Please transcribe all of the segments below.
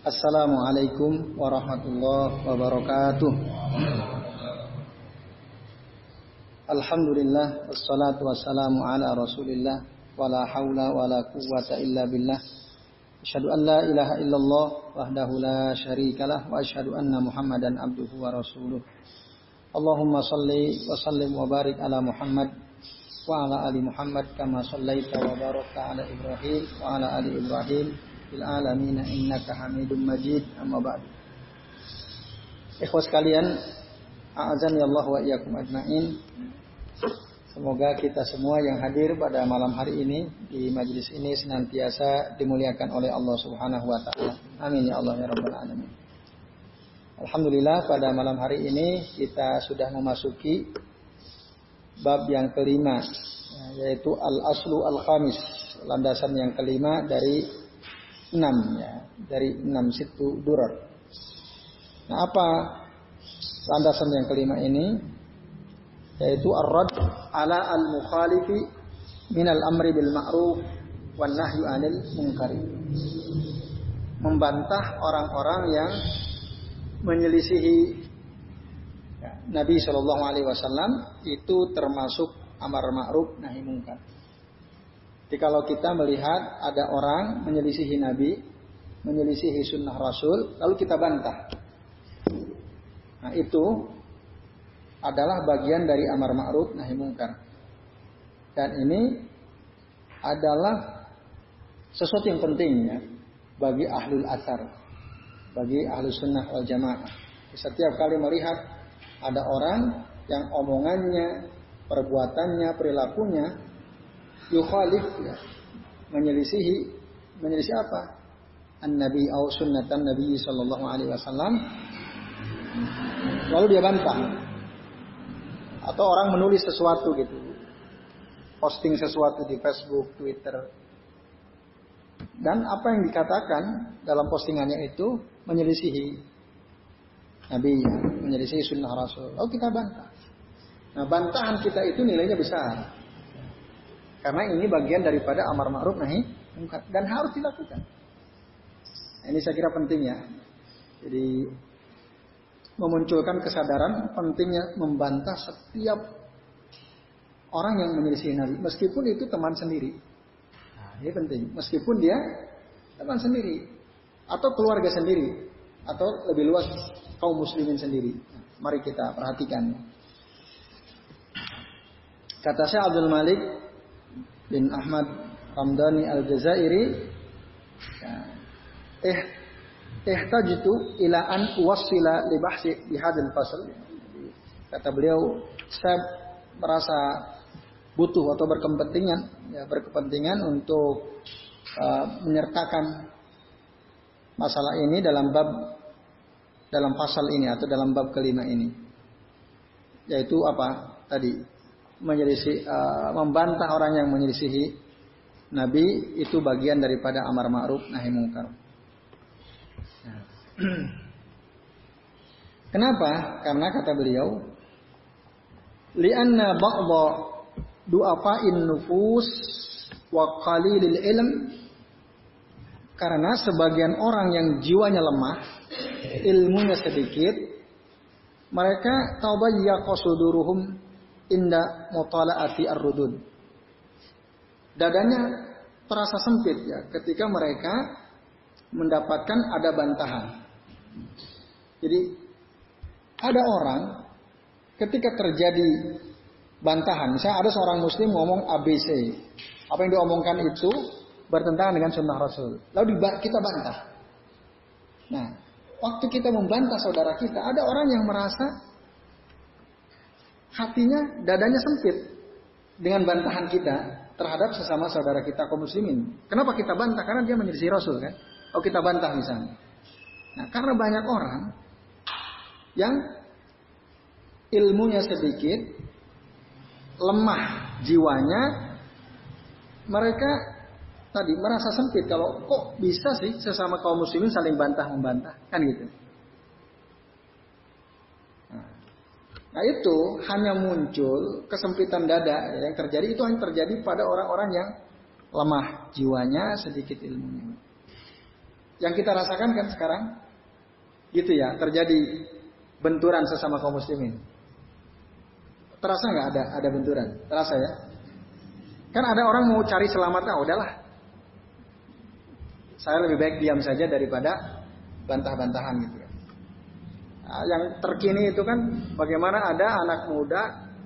Assalamualaikum warahmatullahi wabarakatuh. Alhamdulillah wassalatu wassalamu ala Rasulillah wala haula wala quwwata illa billah. Asyhadu an la ilaha illallah wahdahu la syarikalah wa asyhadu anna Muhammadan abduhu wa rasuluh. Allahumma shalli wa sallim wa barik ala Muhammad wa ala ali Muhammad kama shallaita wa barakta ala Ibrahim wa ala ali Ibrahim fil alamin innaka Hamidum Majid. Amma ba'du. Ikhwas sekalian, a'azani Allah wa iyyakum ajmain. Semoga kita semua yang hadir pada malam hari ini di majelis ini senantiasa dimuliakan oleh Allah Subhanahu wa taala. Amin ya Allah ya rabbal alamin. Alhamdulillah, pada malam hari ini kita sudah memasuki bab yang kelima, yaitu al-aslu al-khamis, landasan yang kelima dari 6 ya, dari 6 situ durar. Nah, apa landasan yang kelima ini? Yaitu ar-rad ala al-mukhalifi minal amri bil ma'ruf wan nahyu 'anil munkar. Membantah orang-orang yang menyelisihi Nabi Shallallahu alaihi wasallam itu termasuk amar ma'ruf nahi munkar. Jadi kalau kita melihat ada orang menyelisihi Nabi, menyelisihi sunnah Rasul, lalu kita bantah. Nah, itu adalah bagian dari amar ma'ruf nahi munkar. Dan ini adalah sesuatu yang penting ya bagi ahlul athar, bagi ahlus sunnah wal jamaah. Setiap kali melihat ada orang yang omongannya, perbuatannya, perilakunya yukhalif ya, menyelisihi apa? An-Nabi au sunnatan Nabi sallallahu alaihi wasallam, lalu dia bantah. Atau orang menulis sesuatu gitu, posting sesuatu di Facebook, Twitter, dan apa yang dikatakan dalam postingannya itu menyelisihi Nabi, menyelisihi sunnah Rasul. Lalu kita bantah. Nah, bantahan kita itu nilainya besar. Karena ini bagian daripada amar ma'ruf nahi munkar dan harus dilakukan. Nah, ini saya kira penting ya. Jadi memunculkan kesadaran pentingnya membantah setiap orang yang menyelisihi Nabi, meskipun itu teman sendiri. Nah, ini penting. Meskipun dia teman sendiri atau keluarga sendiri atau lebih luas kaum muslimin sendiri. Nah, mari kita perhatikan. Kata Syekh Abdul Malik bin Ahmad Ramdhani Al-Jazairi, ihtajtu ila an uwassila li bahsi bi hadzal fasl. Kata beliau, saya merasa butuh atau berkepentingan untuk menyertakan masalah ini dalam pasal ini atau dalam bab kelima ini. Yaitu apa? Tadi membantah orang yang menyelisihi Nabi itu bagian daripada amar ma'ruf nahi munkar. Kenapa? Karena kata beliau, li'anna ba'dha du'afa'in nufus wa qalilil ilm, karena sebagian orang yang jiwanya lemah, ilmunya sedikit, mereka tabayyaqa suduruhum inda mutala'ati ar-rudud. Dadanya terasa sempit ya ketika mereka mendapatkan ada bantahan. Jadi ada orang ketika terjadi bantahan, misalnya ada seorang muslim ngomong ABC, apa yang diomongkan itu bertentangan dengan sunnah Rasul, lalu kita bantah. Nah, waktu kita membantah saudara kita, ada orang yang merasa hatinya, dadanya sempit dengan bantahan kita terhadap sesama saudara kita kaum muslimin. Kenapa kita bantah? Karena dia menyelisih Rasul kan. Oh, kita bantah misalnya. Nah, karena banyak orang yang ilmunya sedikit, lemah jiwanya, mereka tadi merasa sempit kalau kok bisa sih sesama kaum muslimin saling bantah-membantah, kan gitu. Nah, itu hanya muncul kesempitan dada yang terjadi, itu hanya terjadi pada orang-orang yang lemah jiwanya, sedikit ilmunya. yang kita rasakan kan sekarang, gitu ya, terjadi benturan sesama kaum muslimin. Terasa nggak ada benturan? Terasa ya? Kan ada orang mau cari selamat, udahlah. Saya lebih baik diam saja daripada bantah-bantahan gitu. Nah, yang terkini itu kan bagaimana ada anak muda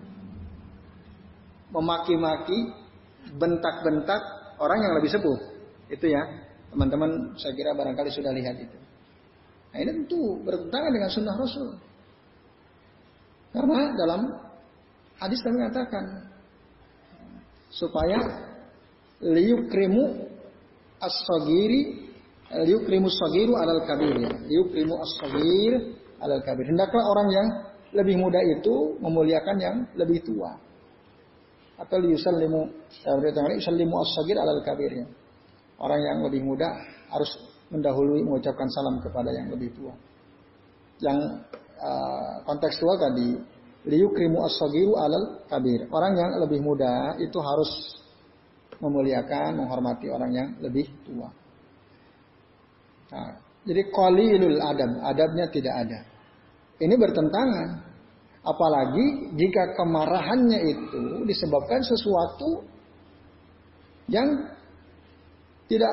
memaki-maki, bentak-bentak orang yang lebih sepuh. Itu ya, teman-teman saya kira barangkali sudah lihat itu. Nah, ini tentu bertentangan dengan sunnah Rasul. Karena dalam hadis kami mengatakan supaya liyukrimu as-sagiri liyukrimu as-sagiru alal kabir ya. Liyukrimu as-sagir alal kabir. Hendaklah orang yang lebih muda itu memuliakan yang lebih tua. Atau liyusallimu as-sagir alal kabir ya. Orang yang lebih muda harus mendahului mengucapkan salam kepada yang lebih tua. Yang kontekstual tadi liyukrimu as-sagiru alal kabir. Orang yang lebih muda itu harus memuliakan, menghormati orang yang lebih tua. Nah, jadi qalilul adabnya tidak ada. Ini bertentangan. Apalagi jika kemarahannya itu disebabkan sesuatu yang tidak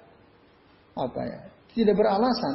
tidak beralasan.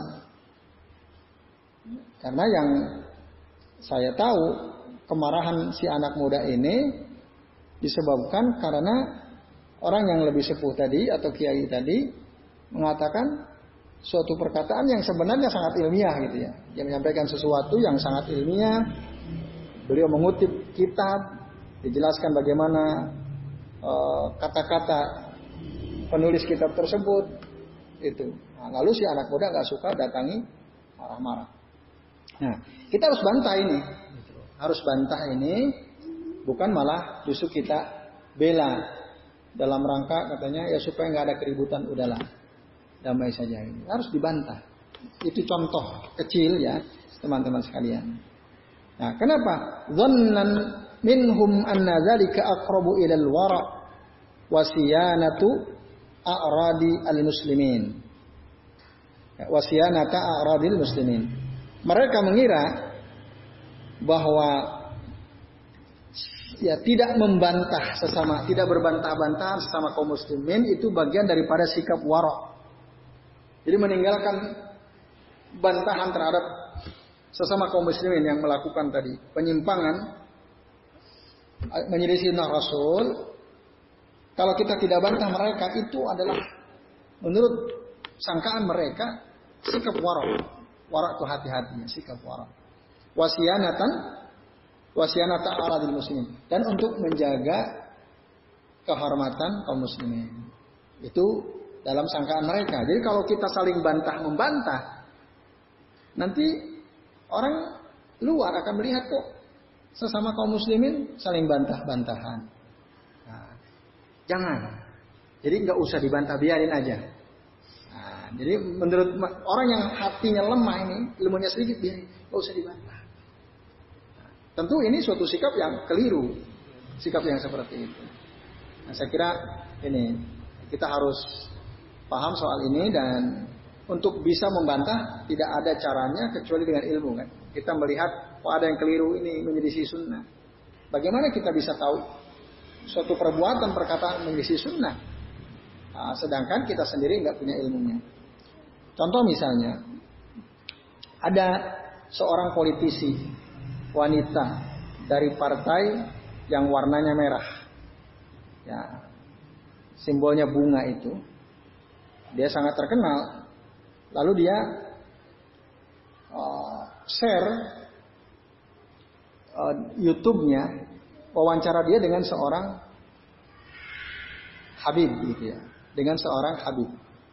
Karena yang saya tahu kemarahan si anak muda ini disebabkan karena orang yang lebih sepuh tadi atau kiai tadi mengatakan suatu perkataan yang sebenarnya sangat ilmiah gitu ya. Dia menyampaikan sesuatu yang sangat ilmiah. Beliau mengutip kitab, dijelaskan bagaimana kata-kata penulis kitab tersebut itu. Nah, lalu si anak muda nggak suka datangi marah-marah. Nah, kita harus bantah ini. Harus bantah ini, bukan malah justru kita bela dalam rangka katanya ya supaya nggak ada keributan, udahlah damai saja ini. Harus dibantah. Itu contoh kecil ya teman-teman sekalian. Nah, kenapa? Dhannan minhum anna dzalika aqrabu ila al-wara wa siyanatu a'radi al-muslimin. Wa siyanata a'radil muslimin. Mereka mengira bahwa ya tidak membantah sesama, tidak berbantah-bantahan sesama kaum muslimin itu bagian daripada sikap wara. Jadi meninggalkan bantahan terhadap sesama kaum muslimin yang melakukan tadi penyimpangan menyelisih sunnah Rasul. Kalau kita tidak bantah mereka, itu adalah menurut sangkaan mereka sikap wara. Wara itu hati-hatinya, sikap wara. Wasianata aradil muslimin, dan untuk menjaga kehormatan kaum muslimin. Itu dalam sangkaan mereka. Jadi kalau kita saling bantah membantah, nanti orang luar akan melihat kok sesama kaum muslimin saling bantah-bantahan. Nah, jangan. Jadi nggak usah dibantah, biarin aja. Nah, jadi menurut orang yang hatinya lemah ini, ilmunya sedikit, biarin, nggak usah dibantah. Nah, tentu ini suatu sikap yang keliru, sikap yang seperti itu. Nah, saya kira ini kita harus paham soal ini, dan untuk bisa membantah tidak ada caranya kecuali dengan ilmu kan. Kita melihat ada yang keliru ini menyelisih sunnah. Bagaimana kita bisa tahu suatu perbuatan perkataan menyelisih sunnah? Nah, sedangkan kita sendiri nggak punya ilmunya. Contoh misalnya ada seorang politisi wanita dari partai yang warnanya merah. Ya, simbolnya bunga itu. Dia sangat terkenal. Lalu dia share YouTube-nya, wawancara dia dengan seorang Habib gitu ya, dengan seorang Habib.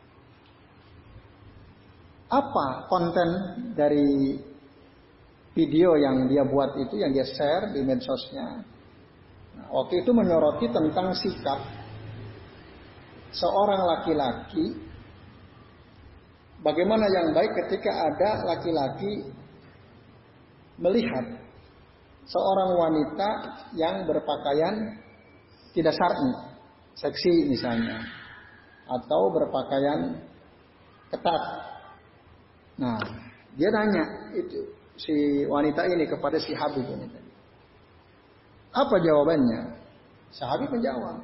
Apa konten dari video yang dia buat itu, yang dia share di medsosnya? Nah, waktu itu menyoroti tentang sikap seorang laki-laki. Bagaimana yang baik ketika ada laki-laki melihat seorang wanita yang berpakaian tidak syar'i, seksi misalnya, atau berpakaian ketat. Nah, dia nanya itu si wanita ini kepada si Habib ini tadi. Apa jawabannya? Si Habib menjawab,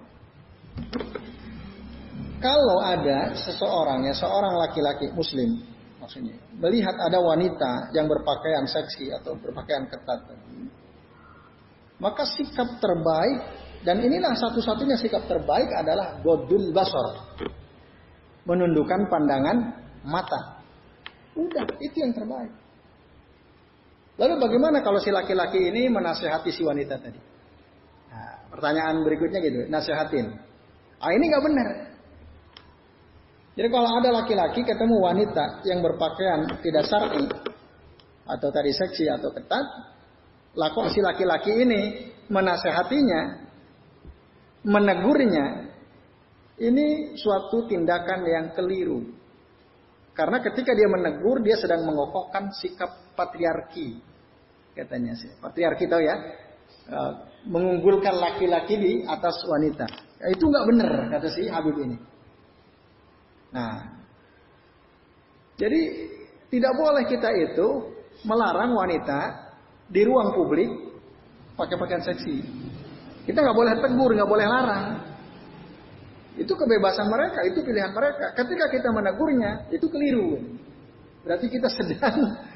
kalau ada seseorang ya, seorang laki-laki muslim maksudnya, melihat ada wanita yang berpakaian seksi atau berpakaian ketat, maka sikap terbaik, dan inilah satu-satunya sikap terbaik adalah godul basar, menundukkan pandangan mata. Udah, itu yang terbaik. Lalu bagaimana kalau si laki-laki ini menasehati si wanita tadi? Nah, pertanyaan berikutnya gitu, nasehatin. Ini nggak benar. Jadi kalau ada laki-laki ketemu wanita yang berpakaian tidak syar'i atau tadi seksi atau ketat, laku si laki-laki ini menasehatinya, menegurnya, ini suatu tindakan yang keliru. Karena ketika dia menegur, dia sedang mengokohkan sikap patriarki, katanya sih. Patriarki tahu ya, mengunggulkan laki-laki di atas wanita. Ya, itu nggak benar, kata si Habib ini. Nah, jadi tidak boleh kita itu melarang wanita di ruang publik pakai pakaian seksi. Kita nggak boleh tegur, nggak boleh larang. Itu kebebasan mereka, itu pilihan mereka. Ketika kita menegurnya, itu keliru. Berarti kita sedang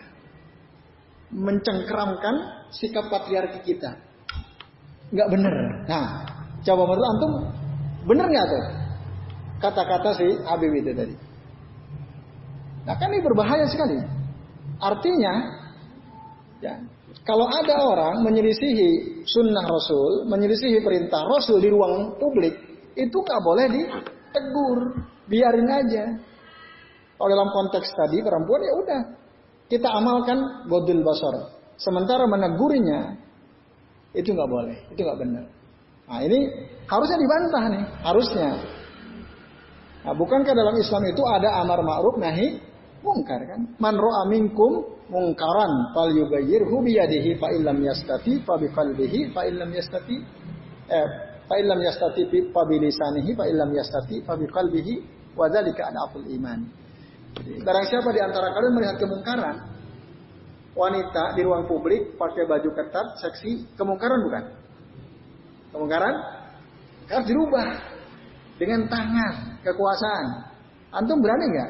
mencengkeramkan sikap patriarki kita. Nggak benar. Nah, coba menurut antum, benar nggak tuh kata-kata si Habib itu tadi? Nah, kan ini berbahaya sekali. Artinya, ya, kalau ada orang menyelisihi sunnah Rasul, menyelisihi perintah Rasul di ruang publik, itu nggak boleh ditegur, biarin aja. Kalau dalam konteks tadi perempuan, ya udah kita amalkan godul basar. Sementara menegurnya itu nggak boleh, itu nggak benar. Nah, ini harusnya dibantah nih, harusnya. Nah, bukankah dalam Islam itu ada amar ma'ruf nahi mungkar kan? Man ra'a minkum mungkaran falyughayyirhu bi yadihi fa illam yastati fa bi qalbihi fa illam yastati fa illam yastati fa bi lisanihi fa illam yastati fa bi qalbihi wa dzalika adaful iman. Jadi, barang siapa di antara kalian melihat kemungkaran, wanita di ruang publik pakai baju ketat, seksi, kemungkaran bukan? Kemungkaran harus dirubah dengan tangan, kekuasaan. Antum berani nggak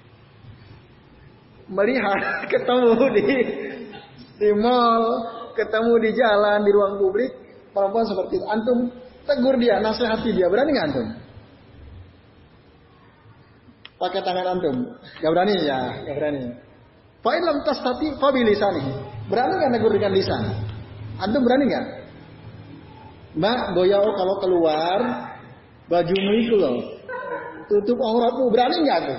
melihat ketemu di mall, ketemu di jalan, di ruang publik perempuan seperti itu? Antum tegur dia, nasihati dia, berani nggak antum? Pakai tangan antum? Gak berani ya, gak berani. Fa illam tastati fa bilisani. Berani nggak negur dengan lisan? Antum berani nggak? Mbak, boyau kalau keluar bajumu itu loh, tutup auratmu, berani nggak tuh?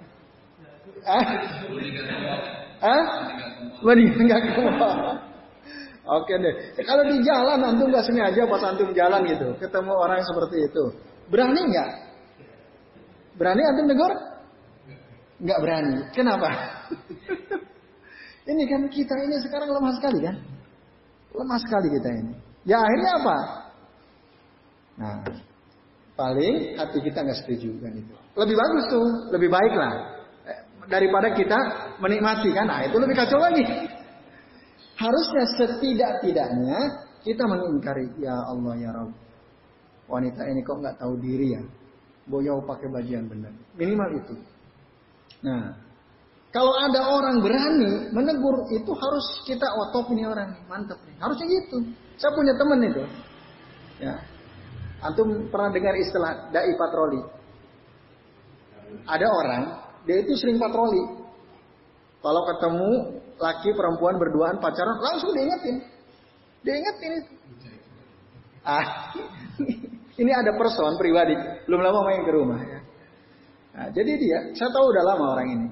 Mending nggak keluar. Oke deh. Kalau di jalan antum nggak sengaja pas antum jalan gitu, ketemu orang seperti itu, berani nggak? Berani antum negur? Nggak berani. Kenapa? Ini kan kita ini sekarang lemah sekali kan? Lemah sekali kita ini. Ya akhirnya apa? Nah, paling hati kita nggak setuju kan itu. Lebih bagus tuh, lebih baik lah daripada kita menikmati kan. Nah itu lebih kacau lagi. Harusnya setidak-tidaknya kita mengingkari, ya Allah ya Rabb, wanita ini kok nggak tahu diri ya, boyau pakai baju yang benar. Minimal itu. Nah, kalau ada orang berani menegur, itu harus kita top ini orang, mantap nih. Harusnya gitu. Saya punya teman itu. Ya, antum pernah dengar istilah dai patroli? Ada orang, dia itu sering patroli. Kalau ketemu laki perempuan berduaan pacaran, langsung diingetin. Diingetin itu. Ini ada person pribadi, belum lama main ke rumah. Ya. Nah, jadi dia, saya tahu udah lama orang ini.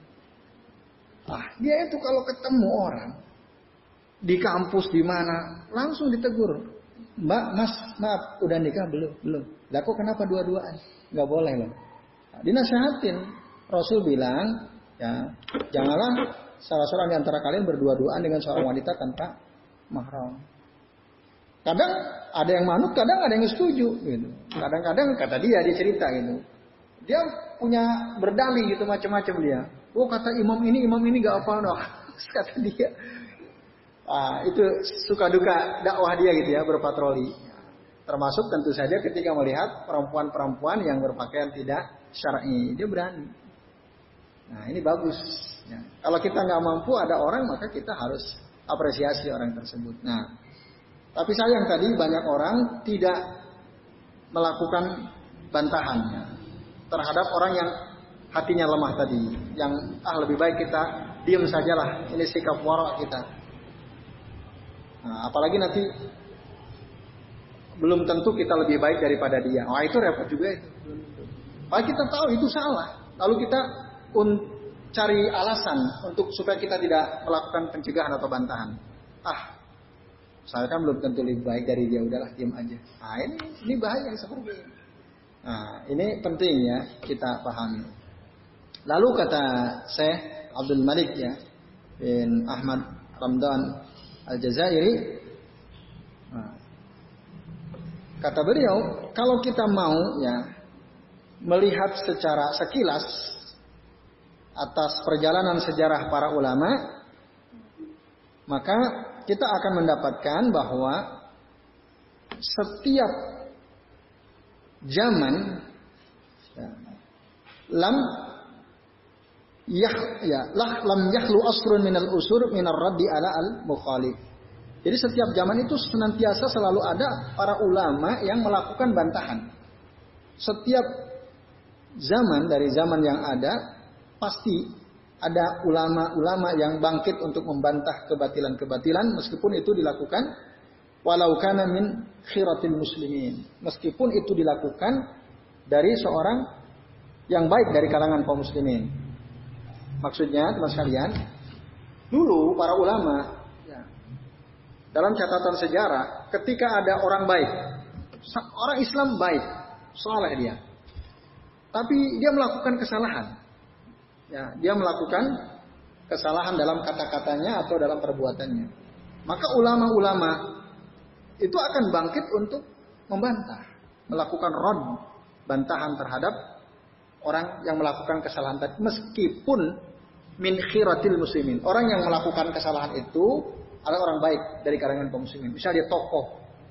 Dia itu kalau ketemu orang di kampus di mana, langsung ditegur. Mbak, Mas, maaf, udah nikah belum? Belum. Lah kok kenapa dua-duaan? Nggak boleh loh. Nah, dinasehatin. Rasul bilang, ya, janganlah salah seorang di antara kalian berdua-duaan dengan seorang wanita tanpa mahram. Kadang ada yang manut, kadang ada yang setuju gitu. Kadang-kadang kata dia cerita gitu. Dia punya berdalih gitu macam-macam dia. Oh kata imam ini gak apa noh. Kata dia. Itu suka duka dakwah dia gitu ya, berpatroli. Termasuk tentu saja ketika melihat perempuan-perempuan yang berpakaian tidak syar'i, dia berani. Nah ini bagus. Ya. Kalau kita nggak mampu ada orang, maka kita harus apresiasi orang tersebut. Nah, tapi sayang tadi banyak orang tidak melakukan bantahan terhadap orang yang hatinya lemah tadi, yang lebih baik kita diam sajalah. Ini sikap wara kita. Nah, apalagi nanti belum tentu kita lebih baik daripada dia. Wah itu repot juga itu. Padahal kita tahu itu salah. Lalu kita cari alasan untuk supaya kita tidak melakukan pencegahan atau bantahan. Saya kan belum tentu lebih baik dari dia, udahlah diam aja. Nah ini bahaya seperti ini. Nah ini penting ya kita pahami. Lalu kata Syekh Abdul Malik ya bin Ahmad Ramdan Al-Jazairi, kata beliau, kalau kita mau ya melihat secara sekilas atas perjalanan sejarah para ulama, maka kita akan mendapatkan bahwa setiap zaman lam yahlu asrun minal usur minar raddi ala al mukhalif. Jadi setiap zaman itu senantiasa selalu ada para ulama yang melakukan bantahan. Setiap zaman dari zaman yang ada pasti ada ulama-ulama yang bangkit untuk membantah kebatilan-kebatilan meskipun itu dilakukan walau kana min khiratil muslimin. Meskipun itu dilakukan dari seorang yang baik dari kalangan kaum muslimin. Maksudnya teman sekalian, dulu para ulama dalam catatan sejarah, ketika ada orang baik, orang Islam baik, saleh dia, tapi dia melakukan kesalahan, dia melakukan kesalahan dalam kata-katanya atau dalam perbuatannya, maka ulama-ulama itu akan bangkit untuk membantah, melakukan rad, bantahan terhadap orang yang melakukan kesalahan tadi, meskipun min khiratil muslimin, orang yang melakukan kesalahan itu adalah orang baik dari kalangan kaum muslimin. Misalnya dia tokoh,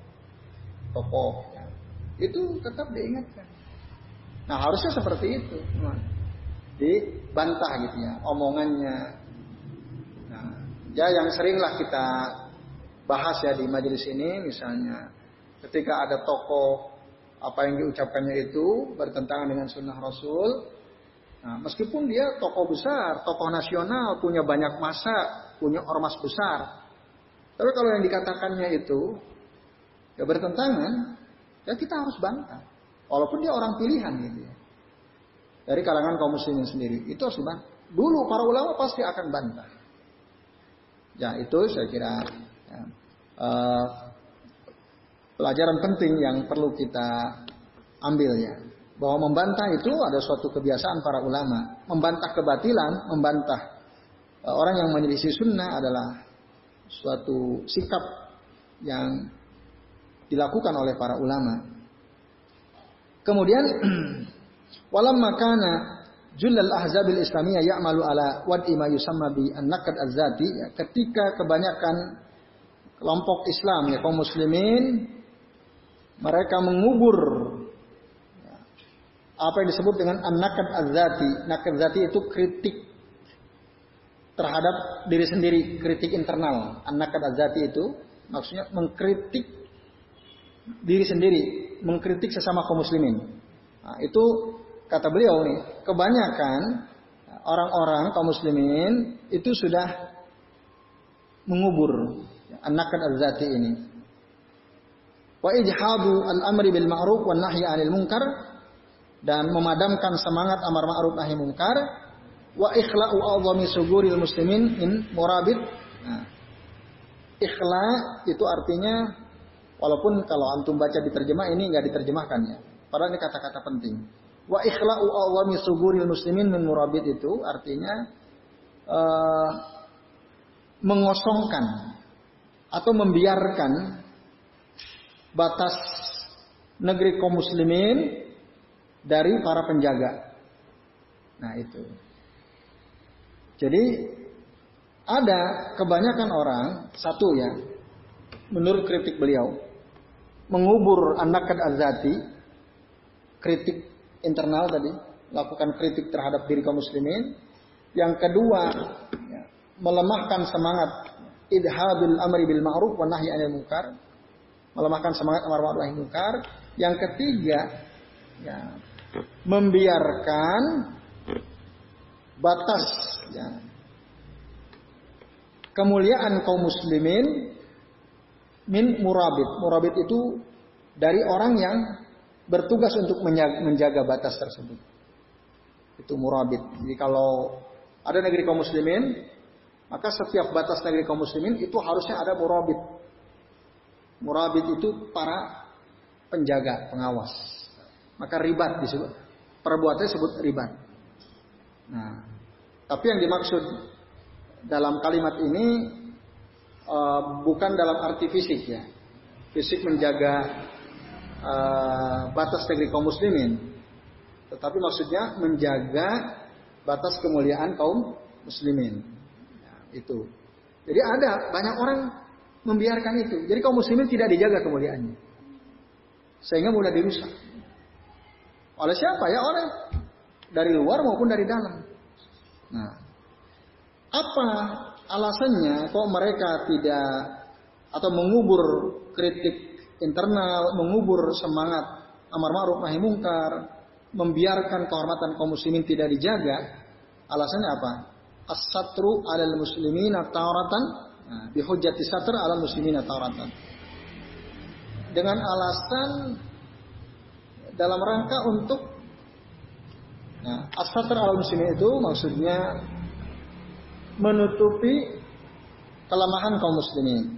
itu tetap diingatkan. Nah harusnya seperti itu, dibantah gitu ya, omongannya. Nah, ya yang seringlah kita bahas ya di majelis ini, misalnya ketika ada tokoh apa yang diucapkannya itu bertentangan dengan sunnah Rasul. Nah, meskipun dia tokoh besar, tokoh nasional, punya banyak massa, punya ormas besar. Tapi kalau yang dikatakannya itu ya bertentangan, ya kita harus bantah. Walaupun dia orang pilihan gitu ya. Dari kalangan kaum muslimin sendiri, itu harus dibantah. Dulu para ulama pasti akan bantah. Ya itu saya kira ya, pelajaran penting yang perlu kita ambil ya. Bahwa membantah itu ada suatu kebiasaan para ulama. Membantah kebatilan, membantah orang yang menyelisih sunnah adalah suatu sikap yang dilakukan oleh para ulama. Kemudian walamma kana jullal ahzabil islamiyah ya'malu ala wad'i ma yusamma bi an-naqd az-zati, ketika kebanyakan kelompok Islam ya kaum muslimin mereka mengubur apa yang disebut dengan an-naqd az-zati. Naqd zati itu kritik terhadap diri sendiri, kritik internal. An-naqd az-zati itu maksudnya mengkritik diri sendiri, mengkritik sesama kaum muslimin. Nah, itu kata beliau nih, kebanyakan orang-orang kaum muslimin itu sudah mengubur an-naqd az-zati ini. Wa ijhadu al-amri bil ma'ruf wan nahyi 'anil munkar, dan memadamkan semangat amar ma'ruf nahi munkar. Wa ikhla'u a'zami suguril muslimin in murabit. Nah, ikhla itu artinya, walaupun kalau antum baca diterjemah ini nggak diterjemahkan ya. Padahal ini kata-kata penting. Wa ikhla'u a'zami suguril muslimin min murabit itu artinya mengosongkan atau membiarkan batas negeri kaum muslimin dari para penjaga. Nah itu. Jadi ada kebanyakan orang, satu ya, menurut kritik beliau, mengubur an-naqd az-zati, kritik internal tadi, lakukan kritik terhadap diri kaum muslimin. Yang kedua, ya, melemahkan semangat idhabil amri bil ma'ruf wa nahyi 'anil munkar, melemahkan semangat amar ma'ruf nahi munkar. Yang ketiga, ya, membiarkan batas ya, kemuliaan kaum muslimin min murabit. Murabit itu dari orang yang bertugas untuk menjaga batas tersebut. Itu murabit. Jadi kalau ada negeri kaum muslimin, maka setiap batas negeri kaum muslimin itu harusnya ada murabit. Murabit itu para penjaga, pengawas. Maka ribat disebut. Perbuatannya disebut ribat. Nah, tapi yang dimaksud dalam kalimat ini bukan dalam arti fisik ya. Fisik menjaga batas negeri kaum muslimin. Tetapi maksudnya menjaga batas kemuliaan kaum muslimin. Ya, itu. Jadi ada banyak orang membiarkan itu. Jadi kaum muslimin tidak dijaga kemuliaannya. Sehingga mudah dirusak. Oleh siapa ya? Oleh dari luar maupun dari dalam. Nah, apa alasannya kok mereka tidak atau mengubur kritik internal, mengubur semangat amar ma'ruf nahi munkar, membiarkan kehormatan kaum muslimin tidak dijaga? Alasannya apa? As-satru 'alal muslimina taratan, bihujjati satr 'alal muslimina taratan. Dengan alasan dalam rangka untuk as-satr 'alal muslimin itu maksudnya menutupi kelemahan kaum muslimin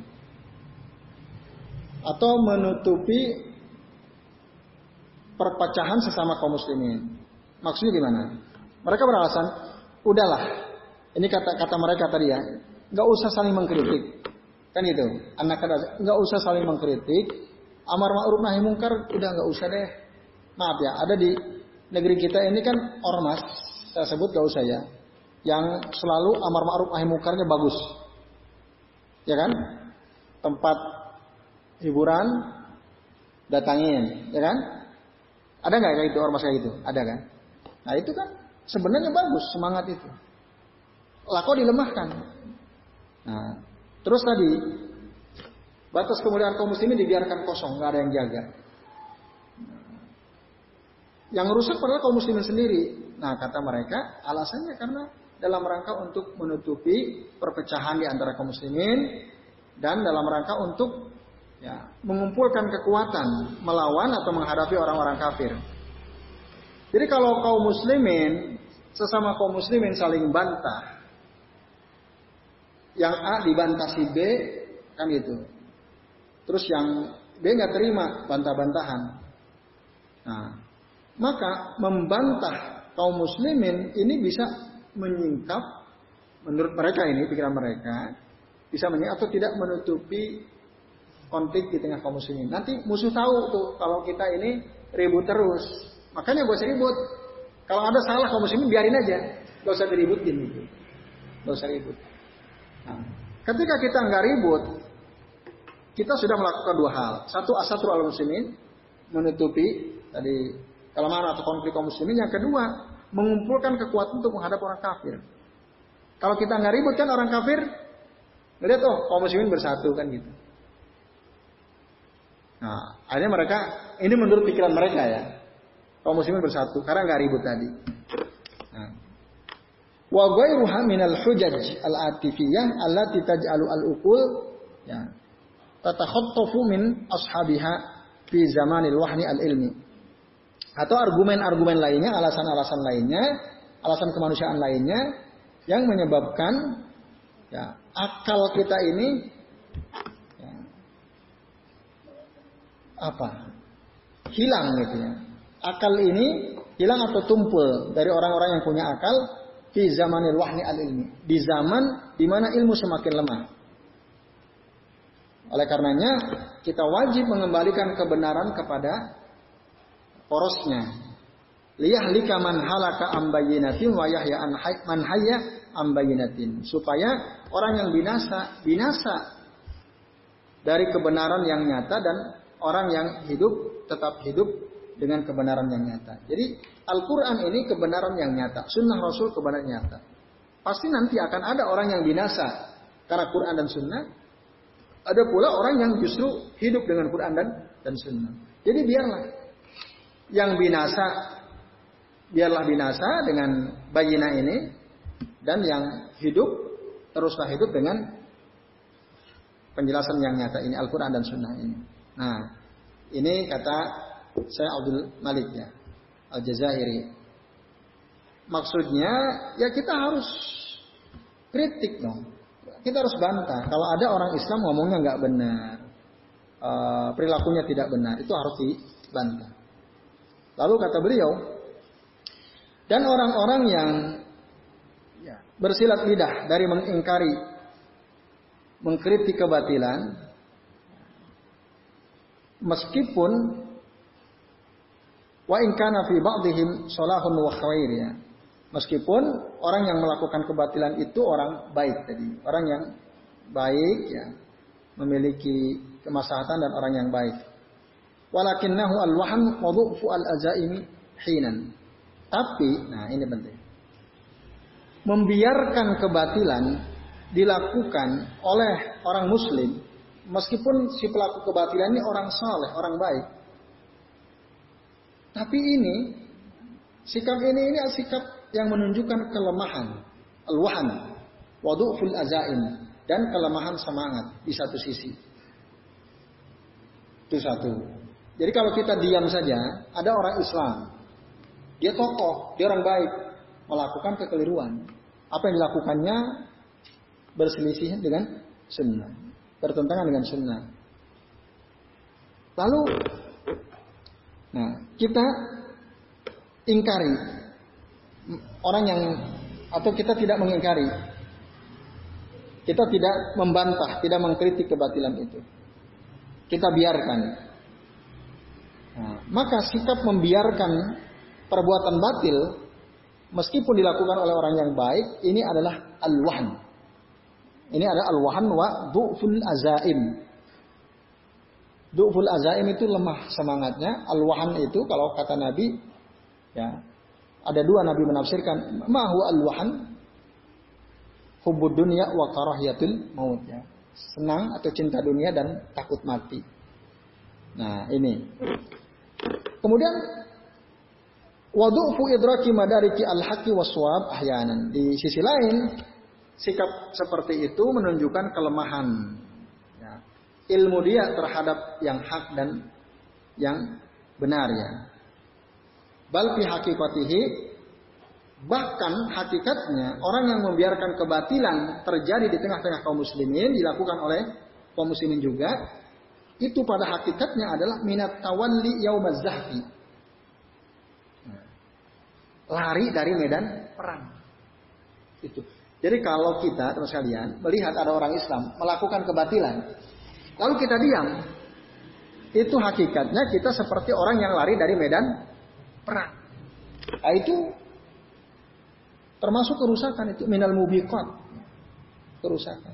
atau menutupi perpecahan sesama kaum muslimin. Maksudnya gimana? Mereka beralasan, udahlah. Ini kata mereka tadi ya, nggak usah saling mengkritik, kan itu. Nggak usah saling mengkritik. Amar ma'ruf nahi munkar udah nggak usah deh. Maaf ya, ada di negeri kita ini kan ormas, saya sebut nggak usah ya, yang selalu amar ma'ruf nahi munkarnya bagus, ya kan? Tempat hiburan datangin, ya kan? Ada nggak kayak gitu ormas kayak gitu? Ada kan? Nah itu kan sebenarnya bagus semangat itu. Lah kok dilemahkan? Nah, terus tadi batas kemuliaan kaum muslimin dibiarkan kosong, nggak ada yang jaga. Yang rusak padahal kaum muslimin sendiri. Nah kata mereka alasannya karena dalam rangka untuk menutupi perpecahan di antara kaum muslimin dan dalam rangka untuk ya, mengumpulkan kekuatan melawan atau menghadapi orang-orang kafir. Jadi kalau kaum muslimin sesama kaum muslimin saling bantah, yang A dibantah si B kan gitu. Terus yang B nggak terima bantah-bantahan. Nah, maka membantah kaum muslimin ini bisa menyingkap, menurut mereka ini pikiran mereka bisa menyingkap atau tidak menutupi konflik di tengah kaum muslimin. Nanti musuh tahu tuh kalau kita ini ribut terus. Makanya gak usah ribut. Kalau ada salah kaum muslimin biarin aja. Gak usah diributin gitu. Gak usah ribut. Nah, ketika kita nggak ribut, kita sudah melakukan dua hal. Satu, as-satru 'alal muslimin, menutupi tadi kelemahan atau konflik kaum muslimin. Yang kedua, mengumpulkan kekuatan untuk menghadap orang kafir. Kalau kita nggak ribut kan orang kafir ngeliat kaum muslimin bersatu kan gitu. Nah, akhirnya mereka, ini menurut pikiran mereka ya, kaum muslimin bersatu karena nggak ribut tadi. Nah. Wa ghairuha minal hujaj al-atifiyah allati taj'alu al-uqul ya tatakhattafu min ashabiha fi zamanil wahni al-ilmi. Atau argumen-argumen lainnya, alasan-alasan lainnya, alasan kemanusiaan lainnya yang menyebabkan ya akal kita ini ya, hilang gitu ya. Akal ini hilang atau tumpul dari orang-orang yang punya akal di zamanil wahni al-ilmi, di zaman di mana ilmu semakin lemah. Oleh karenanya kita wajib mengembalikan kebenaran kepada porosnya. liyahlika man halaka am bayyinatin wa yahya man hayya am bayyinatin, supaya orang yang binasa dari kebenaran yang nyata dan orang yang hidup tetap hidup dengan kebenaran yang nyata. Jadi Al-Quran ini kebenaran yang nyata, Sunnah Rasul kebenaran nyata. Pasti nanti akan ada orang yang binasa karena Quran dan Sunnah. Ada pula orang yang justru hidup dengan Quran dan Sunnah. Jadi biarlah binasa dengan bayyinah ini, dan yang hidup teruslah hidup dengan penjelasan yang nyata ini, Al-Quran dan Sunnah ini. Nah, ini kata saya Abdul Malik ya, Al-Jazairi. Maksudnya ya kita harus kritik dong. Kita harus bantah. Kalau ada orang Islam ngomongnya nggak benar, perilakunya tidak benar, itu harus dibantah. Lalu kata beliau, dan orang-orang yang bersilat lidah dari mengingkari, mengkritik kebatilan, meskipun wa in kana fi ba'dihim salahun wa khair ya. Meskipun orang yang melakukan kebatilan itu orang baik tadi, orang yang baik ya, memiliki kemaslahatan dan orang yang baik. Walakinnahu al-wahm wa dhu'fu al-azaimi hinan. Tapi, nah ini penting. Membiarkan kebatilan dilakukan oleh orang muslim, meskipun si pelaku kebatilan ini orang saleh, orang baik. Tapi sikap ini sikap yang menunjukkan kelemahan, al-wahan, wa dhu'ful azaim, dan kelemahan semangat di satu sisi. Itu satu. Jadi kalau kita diam saja, ada orang Islam, dia tokoh, dia orang baik, melakukan kekeliruan. Apa yang dilakukannya berselisih dengan sunnah, bertentangan dengan sunnah. Lalu, kita ingkari orang yang, atau kita tidak mengingkari, kita tidak membantah, tidak mengkritik kebatilan itu, kita biarkan. Maka sikap membiarkan perbuatan batil meskipun dilakukan oleh orang yang baik, ini adalah al-wahn. Ini adalah al-wahn wa du'ful azaim. Du'ful azaim itu lemah semangatnya. Al-wahn itu kalau kata Nabi, ya, ada dua Nabi menafsirkan, ma huwa al-wahn, hubbud dunya wa karahiyatul maut ya. Senang atau cinta dunia dan takut mati. Nah, ini. Kemudian wadu'fu idraki madariki al-haqqi was-shawab ahyanan. Di sisi lain, sikap seperti itu menunjukkan kelemahan ya, ilmu dia terhadap yang hak dan yang benar ya. Bal fi haqiqatihi, bahkan hakikatnya orang yang membiarkan kebatilan terjadi di tengah-tengah kaum muslimin, dilakukan oleh kaum muslimin juga, itu pada hakikatnya adalah minat tawalli yaumaz zahfi, lari dari medan perang. Itu. Jadi kalau kita terus kalian melihat ada orang Islam melakukan kebatilan, lalu kita diam, itu hakikatnya kita seperti orang yang lari dari medan perang. Nah, itu termasuk kerusakan, itu minal mubiqat, kerusakan.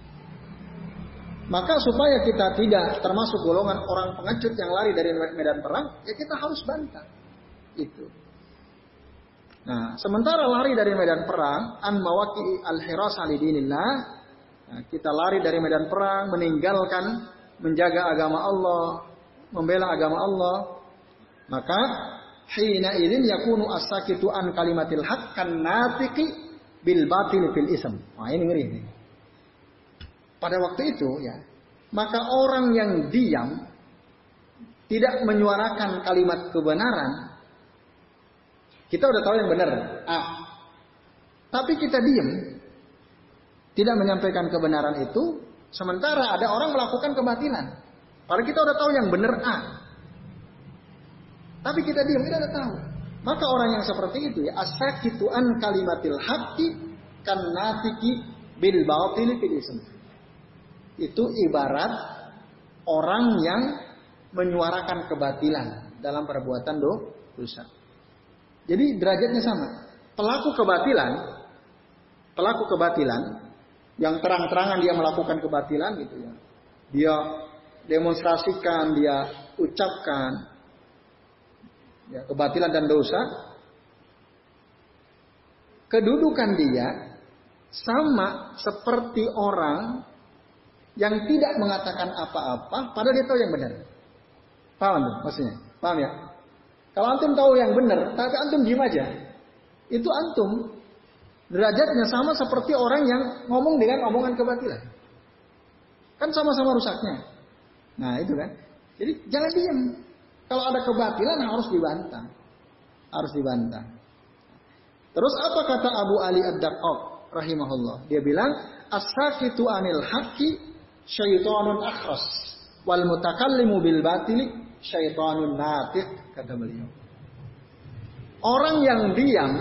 Maka supaya kita tidak termasuk golongan orang pengecut yang lari dari medan perang, ya kita harus bantah itu. Nah, sementara lari dari medan perang, an mawaqi al-hirasa lidinillah, nah, kita lari dari medan perang, meninggalkan menjaga agama Allah, membela agama Allah, maka hina idzin yakunu as-sakitu an kalimatil haqq kan natiqi bil batil fil ism. Nah, ini ngeri nih. Pada waktu itu ya, maka orang yang diam tidak menyuarakan kalimat kebenaran, kita udah tahu yang benar, tapi kita diam, tidak menyampaikan kebenaran itu, sementara ada orang melakukan kebatilan. Padahal kita udah tahu yang benar tapi kita diam, kita udah tahu. Maka orang yang seperti itu ya, as-sakitu an kalimatil haqqi kan natiki bil batil fil ism. Itu ibarat orang yang menyuarakan kebatilan dalam perbuatan dosa. Jadi derajatnya sama. Pelaku kebatilan yang terang-terangan dia melakukan kebatilan gitu ya. Dia demonstrasikan, dia ucapkan ya, kebatilan dan dosa. Kedudukan dia sama seperti orang yang tidak mengatakan apa-apa, padahal dia tahu yang benar. Paham tuh maksudnya? Paham ya? Kalau antum tahu yang benar, tapi antum diem aja, itu antum derajatnya sama seperti orang yang ngomong dengan omongan kebatilan. Kan sama-sama rusaknya. Nah itu kan. Jadi jangan diem. Kalau ada kebatilan harus dibantah. Harus dibantah. Terus apa kata Abu Ali Ad-Daqqaq rahimahullah? Dia bilang, as-sakitu anil haqqi syaitanun akhras wal mutakallimu bil batili syaitanun natiq, kata beliau. Orang yang diam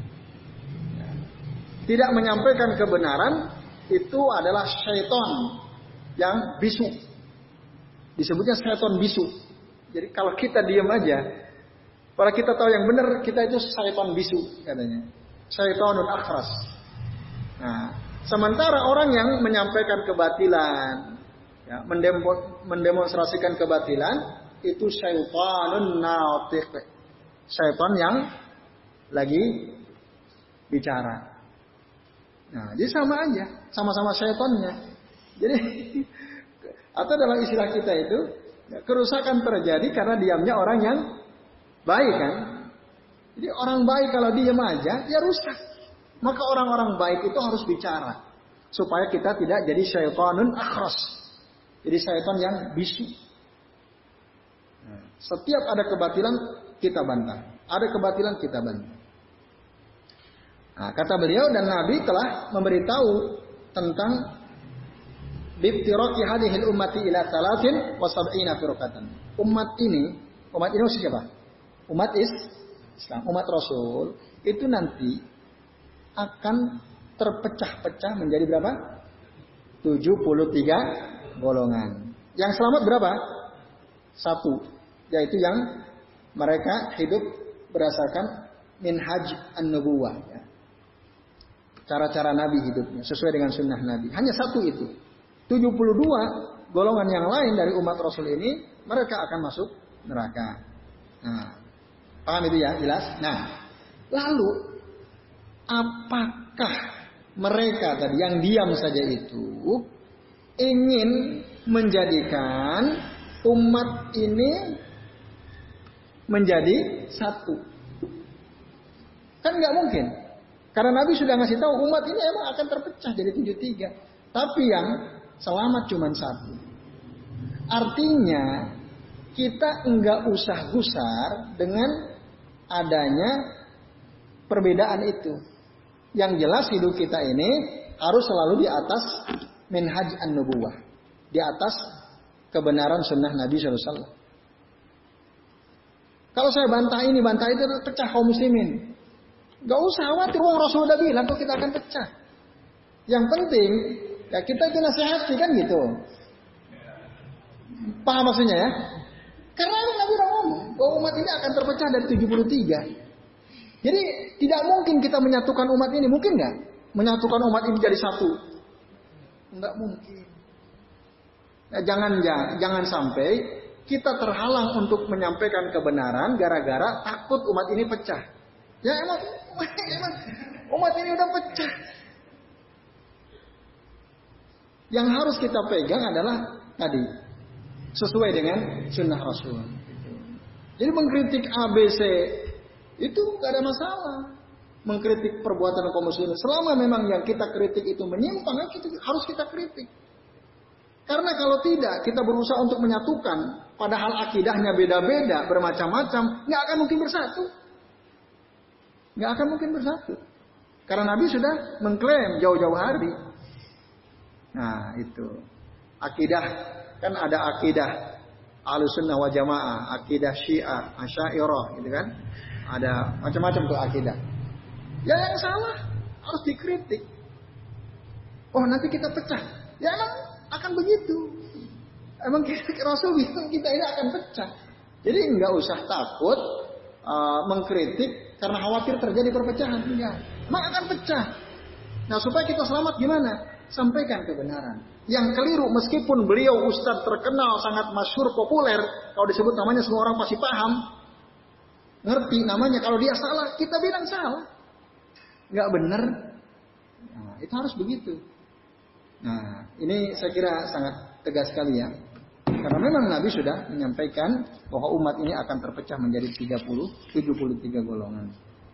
tidak menyampaikan kebenaran itu adalah syaitan yang bisu. Disebutnya syaitan bisu. Jadi kalau kita diam aja, kalau kita tahu yang benar, kita itu syaitan bisu katanya. Syaitanun akhras. Nah, sementara orang yang menyampaikan kebatilan, ya, mendemonstrasikan kebatilan, itu syaitanun natiq. Syaitan yang lagi bicara. Nah, jadi sama aja, sama-sama syaitannya. Jadi, atau dalam istilah kita itu, ya, kerusakan terjadi karena diamnya orang yang baik kan. Jadi orang baik kalau diam aja, ya rusak. Maka orang-orang baik itu harus bicara. Supaya kita tidak jadi syaitanun akhras. Jadi syaitan yang bisu. Nah, setiap ada kebatilan, kita bantah. Ada kebatilan, kita bantah. Nah, kata beliau, dan Nabi telah memberitahu tentang bibtiraki hadhil ummati ila 3 wa 70 firqatan. Umat ini siapa? Umat Islam, umat Rasul itu nanti akan terpecah-pecah menjadi berapa? 73 golongan. Yang selamat berapa? 1, yaitu yang mereka hidup berdasarkan minhaj an-nubuwah, ya. Cara-cara Nabi hidupnya sesuai dengan sunnah Nabi. Hanya 1 itu. 72 golongan yang lain dari umat Rasul ini mereka akan masuk neraka. Nah, paham itu ya, jelas? Nah, lalu apakah mereka tadi yang diam saja itu ingin menjadikan umat ini menjadi 1? Kan nggak mungkin. Karena Nabi sudah ngasih tahu umat ini emang akan terpecah jadi 73. Tapi yang selamat cuma 1. Artinya kita enggak usah gusar dengan adanya perbedaan itu. Yang jelas hidup kita ini harus selalu di atas minhaj an-nubuwah. Di atas kebenaran sunnah Nabi SAW. Kalau saya bantah ini, bantah itu, pecah kaum muslimin. Gak usah khawatir, Rasul udah bilang kok kita akan pecah. Yang penting ya kita itu nasihati kan gitu. Paham maksudnya ya? Karena Nabi udah ngomong bahwa umat ini akan terpecah dari 73. Jadi tidak mungkin kita menyatukan umat ini. Mungkin nggak? Menyatukan umat ini jadi 1? Nggak mungkin. Ya, jangan sampai kita terhalang untuk menyampaikan kebenaran gara-gara takut umat ini pecah. Ya emang umat ini udah pecah. Yang harus kita pegang adalah tadi sesuai dengan sunnah Rasul. Jadi mengkritik ABC itu gak ada masalah. Mengkritik perbuatan kaum muslimin selama memang yang kita kritik itu menyimpang, harus kita kritik. Karena kalau tidak kita berusaha untuk menyatukan, padahal akidahnya beda-beda, bermacam-macam, nggak akan mungkin bersatu. Nggak akan mungkin bersatu. Karena Nabi sudah mengklaim jauh-jauh hari. Nah itu akidah, kan ada akidah Ahlussunnah wal Jamaah, akidah Syiah, Asy'ariyah, gitu kan? Ada macam-macam tuh akidah. Ya yang salah harus dikritik. Oh nanti kita pecah. Ya emang akan begitu. Emang Rasul bilang kita ini akan pecah. Jadi nggak usah takut mengkritik karena khawatir terjadi perpecahan. Enggak. Maka akan pecah. Nah, supaya kita selamat gimana? Sampaikan kebenaran. Yang keliru, meskipun beliau ustadz terkenal, sangat masyhur, populer, kalau disebut namanya semua orang pasti paham, ngerti namanya. Kalau dia salah, kita bilang salah, nggak benar. Nah, itu harus begitu. Nah, ini saya kira sangat tegas sekali ya. Karena memang Nabi sudah menyampaikan bahwa umat ini akan terpecah menjadi 73 golongan.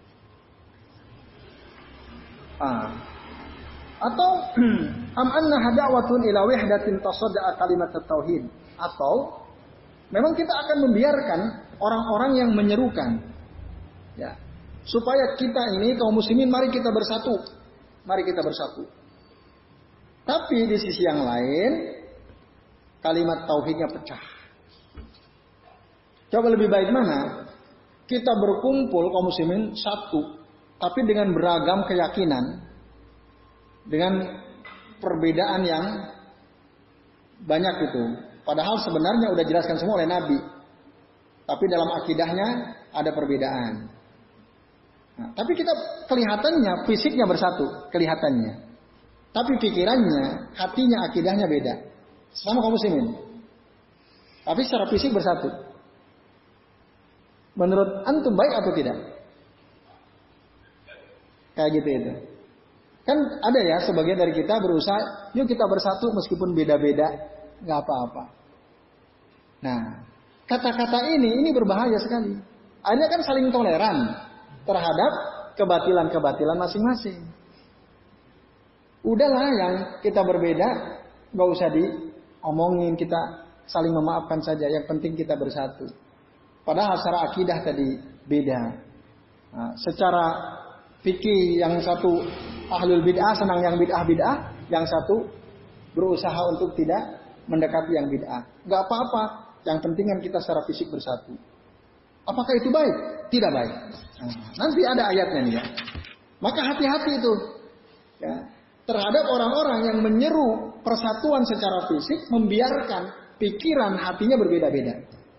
Atau am anna hadawatun ila wahdatin tasadda'a kalimat tauhid, atau memang kita akan membiarkan orang-orang yang menyerukan ya, supaya kita ini kaum muslimin mari kita bersatu. Mari kita bersatu. Tapi di sisi yang lain kalimat tauhidnya pecah. Coba lebih baik mana? Kita berkumpul kaum muslimin satu, tapi dengan beragam keyakinan, dengan perbedaan yang banyak itu. Padahal sebenarnya udah jelaskan semua oleh Nabi. Tapi dalam akidahnya ada perbedaan. Nah, tapi kita kelihatannya, fisiknya bersatu, kelihatannya. Tapi pikirannya, hatinya, akidahnya beda. Sama kaum muslimin. Tapi secara fisik bersatu. Menurut antum baik atau tidak? Kayak gitu itu. Kan ada ya sebagian dari kita berusaha, yuk kita bersatu meskipun beda-beda, nggak apa-apa. Nah, kata-kata ini berbahaya sekali. Akhirnya kan saling toleran terhadap kebatilan-kebatilan masing-masing. Udahlah yang kita berbeda, nggak usah diomongin, kita saling memaafkan saja. Yang penting kita bersatu. Padahal secara akidah tadi beda. Nah, secara fikih yang satu ahlul bid'ah, senang yang bid'ah, yang satu berusaha untuk tidak mendekati yang bid'ah. Nggak apa-apa, yang penting kan kita secara fisik bersatu. Apakah itu baik? Tidak baik. Nah, nanti ada ayatnya nih ya. Maka hati-hati itu ya, terhadap orang-orang yang menyeru persatuan secara fisik, membiarkan pikiran hatinya berbeda-beda.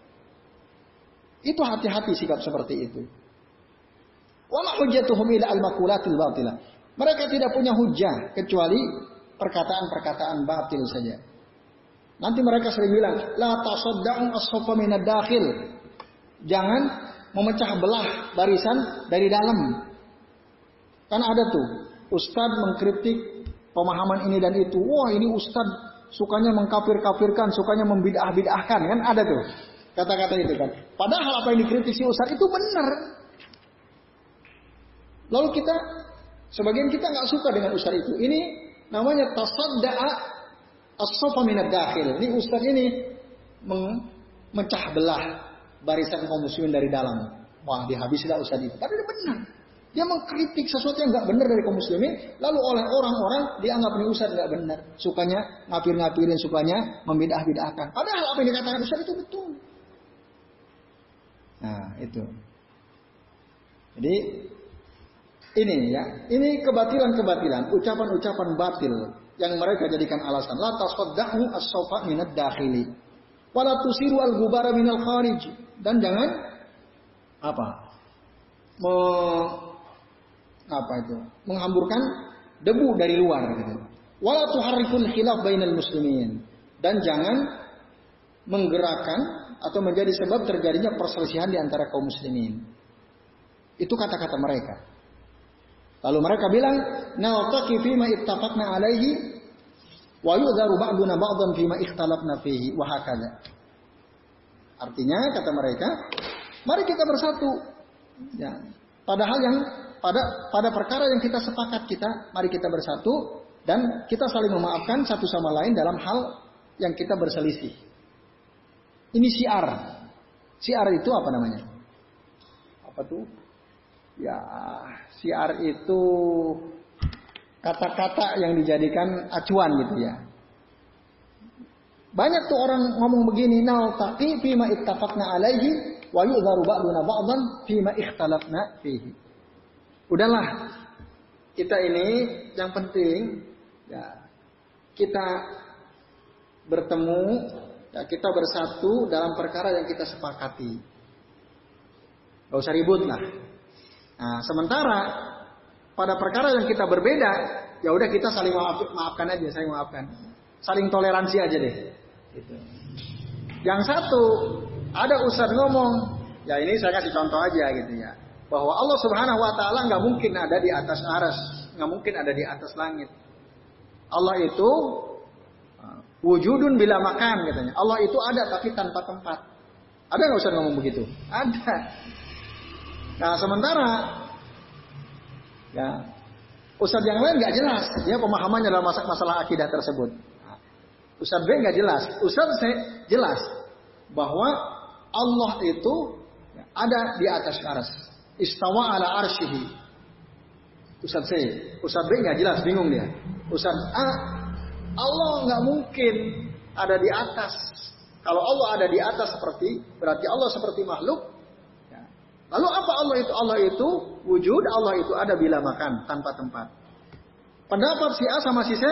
Itu hati-hati sikap seperti itu. Wa ma hujjatuhum ila al-maqulatil batilah. Mereka tidak punya hujah kecuali perkataan-perkataan batil saja. Nanti mereka sering bilang, la tasadda'u as-safa minad dakhil. Jangan memecah belah barisan dari dalam. Kan ada tuh, ustadz mengkritik pemahaman ini dan itu. Wah, ini ustadz sukanya mengkafir-kafirkan, sukanya membid'ah-bid'ahkan. Kan ada tuh kata-kata itu kan. Padahal apa yang dikritik si ustadz itu benar. Lalu kita, sebagian kita nggak suka dengan ustadz itu. Ini namanya tasadda'a as-safa minad dakhil. Ini ustadz ini memecah belah barisan kaum muslimin dari dalam. Wah, dihabislah ustadz itu. Tapi itu benar. Dia mengkritik sesuatu yang nggak benar dari kaum muslimin. Lalu oleh orang-orang dianggap ini ustadz nggak benar. Sukanya ngapir-ngapirin, sukanya membidah-bidahkan. Padahal apa yang dikatakan ustadz itu betul. Nah, itu. Jadi ini ya, ini kebatilan-kebatilan, ucapan-ucapan batil yang mereka jadikan alasan. La tasadda'u as-safa minad dakhili. Wa la tusiru al-ghubara minal kharij. Dan jangan menghamburkan debu dari luar gitu. Wa la tuharrikul khilaf bainal muslimin. Dan jangan menggerakkan atau menjadi sebab terjadinya perselisihan di antara kaum muslimin. Itu kata-kata mereka. Lalu mereka bilang, naltaqi fima ittafaqna alaihi wa yu'dharu ba'duna ba'dhan fima ikhtalafna fihi wa hakadha. Artinya kata mereka, mari kita bersatu. Ya, padahal yang pada perkara yang kita sepakat mari kita bersatu dan kita saling memaafkan satu sama lain dalam hal yang kita berselisih. Ini syiar. Syiar itu apa namanya? Apa tuh? Ya, syiar itu kata-kata yang dijadikan acuan gitu ya. Banyak tuh orang ngomong begini, naltaqi fima ittafaqna alaihi wa yu'dharu ba'duna ba'dhan fima ikhtalafna fihi. Udahlah, kita ini yang penting ya kita bertemu, ya kita bersatu dalam perkara yang kita sepakati. Gak usah ribut lah. Nah, sementara pada perkara yang kita berbeda, ya udah kita saling maafkan aja, saling maafkan. Saling toleransi aja deh. Gitu. Yang satu, ada ustadz ngomong, ya ini saya kasih contoh aja gitu ya, bahwa Allah Subhanahu wa taala nggak mungkin ada di atas arsy, nggak mungkin ada di atas langit. Allah itu wujudun bila makan katanya. Allah itu ada tapi tanpa tempat. Ada nggak ustadz ngomong begitu? Ada. Nah sementara ya ustadz yang lain nggak jelas, dia pemahamannya dalam masalah akidah tersebut. Ustadz B nggak jelas, Ustadz C jelas bahwa Allah itu ada di atas arsy, istawa ala arsyihi. Ustadz C, Ustadz B nggak jelas, bingung dia. Ustadz A, Allah nggak mungkin ada di atas. Kalau Allah ada di atas berarti Allah seperti makhluk. Lalu apa Allah itu? Allah itu wujud, Allah itu ada bila makan, tanpa tempat. Pendapat si A sama si C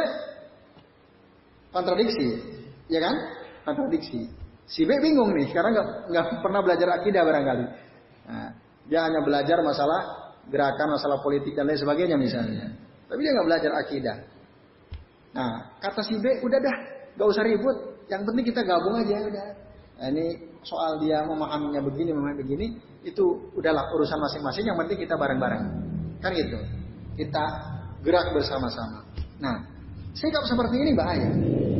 kontradiksi, ya kan? Kontradiksi. Si B bingung nih, karena nggak pernah belajar akidah barangkali. Nah, dia hanya belajar masalah gerakan, masalah politik dan lain sebagainya misalnya. Tapi dia nggak belajar akidah. Nah, kata si B, udah dah, nggak usah ribut. Yang penting kita gabung aja, udah. Nah, ini soal dia memahaminya begini, itu udahlah urusan masing-masing. Yang penting kita bareng-bareng, kan gitu. Kita gerak bersama-sama. Nah, sikap seperti ini bahaya.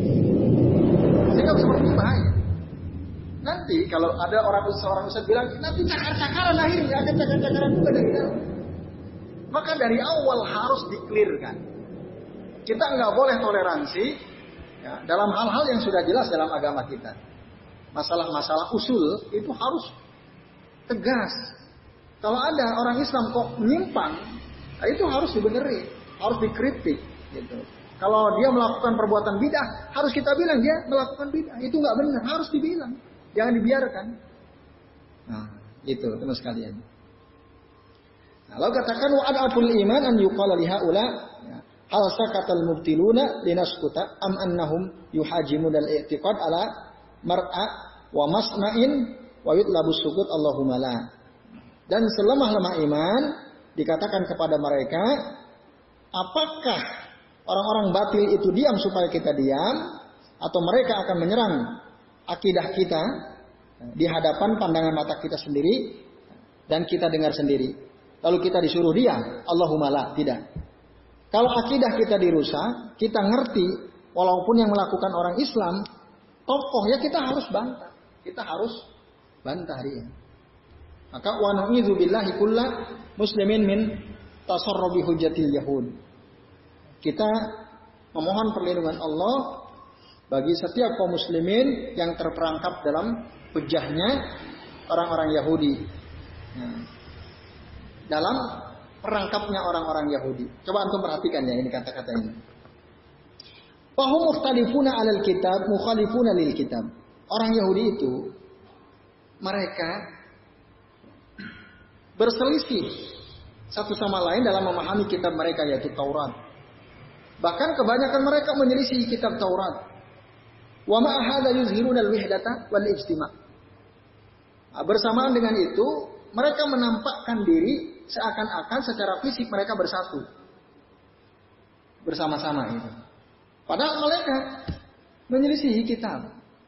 Sikap seperti ini bahaya. Nanti kalau ada seorang ustaz bilang, nanti cakar-cakaran akhirnya, ada cakar-cakaran juga dari dalam. Maka dari awal harus diklirkan. Kita nggak boleh toleransi ya, dalam hal-hal yang sudah jelas dalam agama kita. Masalah-masalah usul itu harus tegas. Kalau ada orang Islam kok menyimpang, nah itu harus dibenerin, harus dikritik. Gitu. Kalau dia melakukan perbuatan bid'ah, harus kita bilang dia melakukan bid'ah. Itu nggak benar, harus dibilang. Jangan dibiarkan. Nah, itu teman sekalian. Nah, lalu katakan wa ad'aful iman an yuqala li haula hal sakatal mubtiluna linaskuta am annahum yuhajimun al-i'tiqad ala mar'a wa masma'in wa yutlabu sukut Allahumma la. Dan selemah-lemah iman dikatakan kepada mereka, apakah orang-orang batil itu diam supaya kita diam, atau mereka akan menyerang akidah kita di hadapan pandangan mata kita sendiri dan kita dengar sendiri. Lalu kita disuruh diam, Allahumma la, tidak. Kalau akidah kita dirusak, kita ngerti, walaupun yang melakukan orang Islam, tokoh ya kita harus bantah. Kita harus bantah dia. Maka wa nu'idzu billahi kullu muslimin min tasarrubi hujjatil yahud. Kita memohon perlindungan Allah bagi setiap kaum muslimin yang terperangkap dalam hujahnya orang-orang Yahudi. Nah, dalam perangkapnya orang-orang Yahudi. Coba antum perhatikan ya ini kata-kata ini. Fahum mukhtalifuna 'alal kitab, mukhalifuna lil kitab. Orang Yahudi itu mereka berselisih satu sama lain dalam memahami kitab mereka yaitu Taurat. Bahkan kebanyakan mereka menyelisih kitab Taurat. Wa ma hadza yuzhiruna al-wihdata wal ijtima'. Nah, bersamaan dengan itu, mereka menampakkan diri seakan-akan secara fisik mereka bersatu. Bersama-sama itu. Padahal mereka menyelisihi kitab.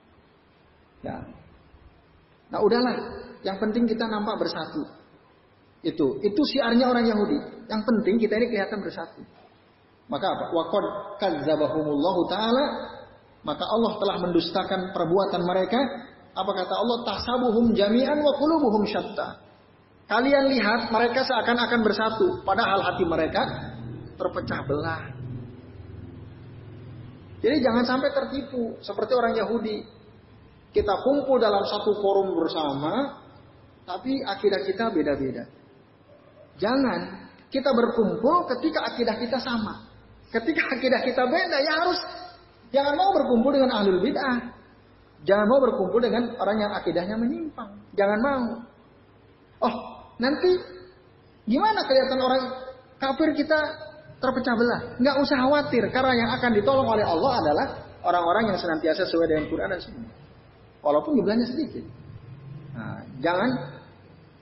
Ya. Nah, udahlah, yang penting kita nampak bersatu. Itu syiarnya orang Yahudi. Yang penting kita ini kelihatan bersatu. Maka apa? Waqad kadzdzabahumullahu taala, maka Allah telah mendustakan perbuatan mereka. Apa kata Allah? Tahsabuhum jami'an wa qulubuhum syatta. Kalian lihat mereka seakan-akan bersatu, padahal hati mereka terpecah belah. Jadi jangan sampai tertipu seperti orang Yahudi. Kita kumpul dalam satu forum bersama, tapi akidah kita beda-beda. Jangan kita berkumpul ketika akidah kita sama. Ketika akidah kita beda, ya harus jangan mau berkumpul dengan ahlul bid'ah. Jangan mau berkumpul dengan orang yang akidahnya menyimpang. Jangan mau. Oh, nanti gimana kelihatan orang kafir kita terpecah belah? Nggak usah khawatir, karena yang akan ditolong oleh Allah adalah orang-orang yang senantiasa sesuai dengan Quran dan Sunnah. Walaupun jumlahnya sedikit. Nah, jangan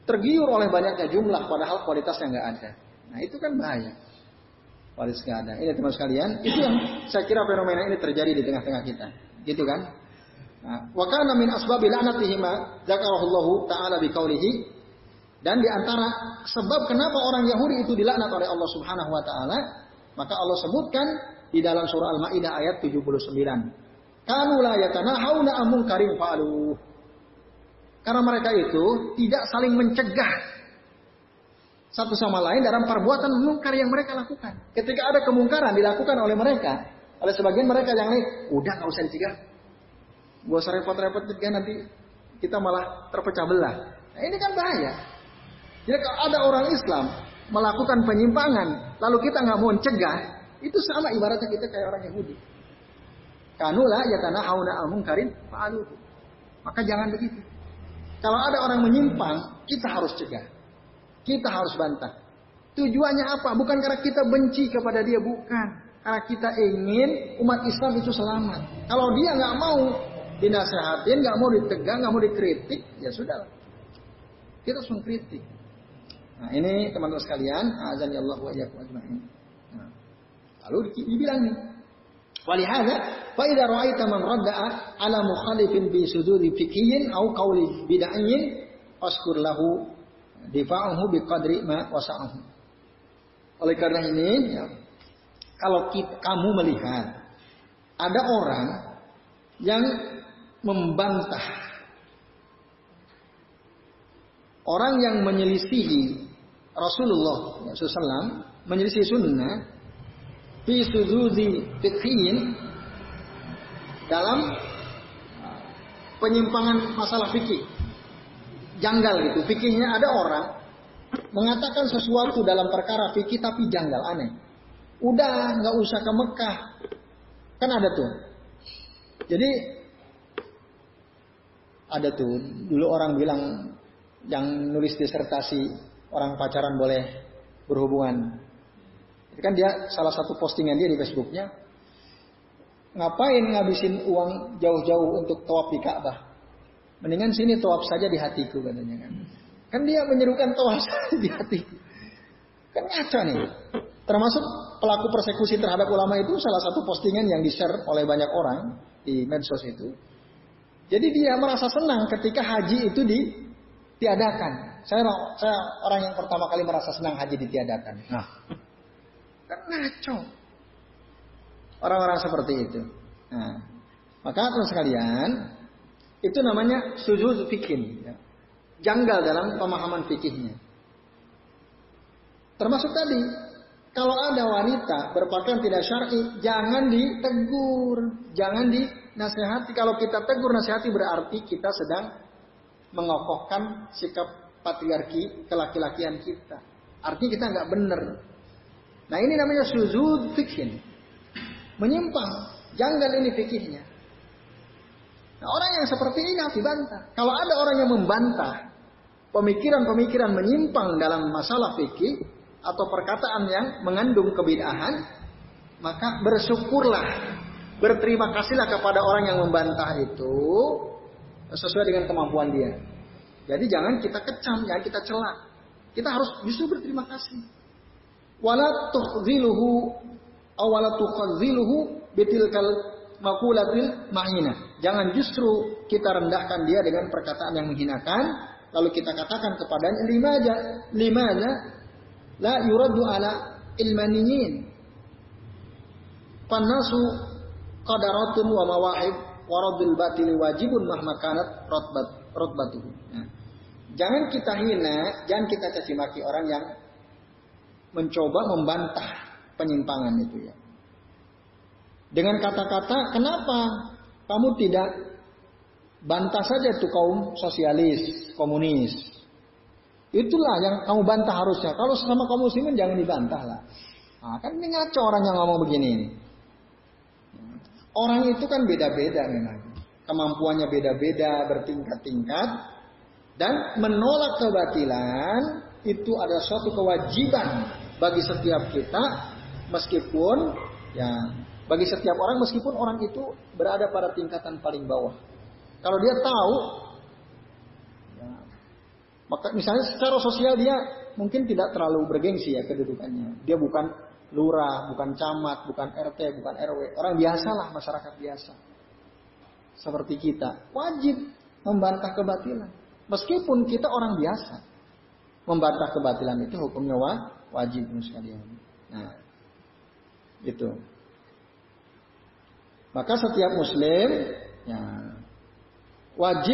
tergiur oleh banyaknya jumlah padahal kualitasnya nggak ada. Nah itu kan bahaya. Kualitas nggak ada. Ini teman sekalian, itu yang saya kira fenomena ini terjadi di tengah-tengah kita, gitu kan? Wa kana min asbabi la'natihi ma dzakarahullahu ta'ala biqaulihi, dan di antara sebab kenapa orang Yahudi itu dilaknat oleh Allah Subhanahu wa taala, maka Allah sebutkan di dalam surah Al-Maidah ayat 79. Kanu la yatanahawna an munkarin fa'alu. Karena mereka itu tidak saling mencegah satu sama lain dalam perbuatan mungkar yang mereka lakukan. Ketika ada kemungkaran dilakukan oleh mereka, oleh sebagian mereka yang lain, udah nggak usah dicegah, gak usah repot-repot juga, nanti kita malah terpecah belah. Nah ini kan bahaya. Jadi kalau ada orang Islam melakukan penyimpangan, lalu kita nggak mau mencegah, itu sama ibaratnya kita kayak orang Yahudi. Kanula yatanahawna an munkarin fa'alu. Maka jangan begitu. Kalau ada orang menyimpang, kita harus cegah. Kita harus bantah. Tujuannya apa? Bukan karena kita benci kepada dia, bukan. Karena kita ingin umat Islam itu selamat. Kalau dia nggak mau dinasehatin, nggak mau ditegang, nggak mau dikritik, ya sudah. Kita harus mengkritik. Nah ini teman-teman sekalian, azan ya Allah wa iyyakum ajma'in. Nah, lalu dibilang nih, walihada fa idza ra'aita man radda'a ala mukhalifin bi sududi fikhiyin aw qawli bid'ayyin faskur lahu difa'uhu biqadri ma wasa'ahu. Oleh karena ini, ya, kalau kamu melihat ada orang yang membantah, orang yang menyelisihi Rasulullah SAW, menyelisih sunnah, fi sududi fikhiyin, dalam penyimpangan masalah fikih, janggal gitu. Fikihnya ada orang mengatakan sesuatu dalam perkara fikih tapi janggal, aneh. Udah nggak usah ke Mekah, kan ada tuh. Jadi ada tuh dulu orang bilang yang nulis disertasi orang pacaran boleh berhubungan. Itu kan dia salah satu postingan dia di Facebooknya. Ngapain ngabisin uang jauh-jauh untuk tawaf di Ka'bah? Mendingan sini tawaf saja di hatiku katanya kan. Kan dia menyerukan tawaf di hatiku. Kan ngaco nih. Termasuk pelaku persekusi terhadap ulama itu salah satu postingan yang di-share oleh banyak orang di medsos itu. Jadi dia merasa senang ketika haji itu ditiadakan. Saya orang yang pertama kali merasa senang haji ditiadakan. Nah, kan ngaco. Orang-orang seperti itu. Nah, maka terus sekalian, itu namanya suzuz fikih. Ya. Janggal dalam pemahaman fikihnya. Termasuk tadi, kalau ada wanita berpakaian tidak syar'i, jangan ditegur, jangan dinasehati. Kalau kita tegur nasihati berarti kita sedang mengokohkan sikap patriarki kelaki-lakian kita. Artinya kita nggak benar. Nah ini namanya suzud fikih. Menyimpang, janggal ini fikihnya. Nah orang yang seperti ini harus dibantah. Kalau ada orang yang membantah pemikiran-pemikiran menyimpang dalam masalah fikih atau perkataan yang mengandung kebid'ahan, maka bersyukurlah, berterima kasihlah kepada orang yang membantah itu sesuai dengan kemampuan dia. Jadi jangan kita kecam, jangan kita cela. Kita harus justru berterima kasih. Wala tukhziluhu aw wala tukhaziluhu bitilkal maqulatil mahina. Jangan justru kita rendahkan dia dengan perkataan yang menghinakan, lalu kita katakan kepadanya limaza la yuraddu ala ilmaniyin. Panasu qadaratun wa mawahib wa raddul batili wajibun mahma kanat rotbatuhu. Nah, jangan kita hina, jangan kita caci maki orang yang mencoba membantah penyimpangan itu ya. Dengan kata-kata, kenapa kamu tidak bantah saja tuh kaum sosialis, komunis? Itulah yang kamu bantah harusnya. Kalau sesama kaum muslimin jangan dibantah lah. Nah, kan ini ngaco orang yang ngomong begini. Orang itu kan beda-beda memang. Kemampuannya beda-beda, bertingkat-tingkat, dan menolak kebatilan itu adalah suatu kewajiban bagi setiap kita, meskipun ya bagi setiap orang, meskipun orang itu berada pada tingkatan paling bawah. Kalau dia tahu ya, Maka misalnya secara sosial dia mungkin tidak terlalu bergengsi ya kedudukannya. Dia bukan lurah, bukan camat, bukan RT, bukan RW. Orang biasa lah, masyarakat biasa. Seperti kita. Wajib membantah kebatilan. Meskipun kita orang biasa. Membantah kebatilan itu hukumnya wajib sekalian. Nah, gitu. Maka setiap muslim ya, wajib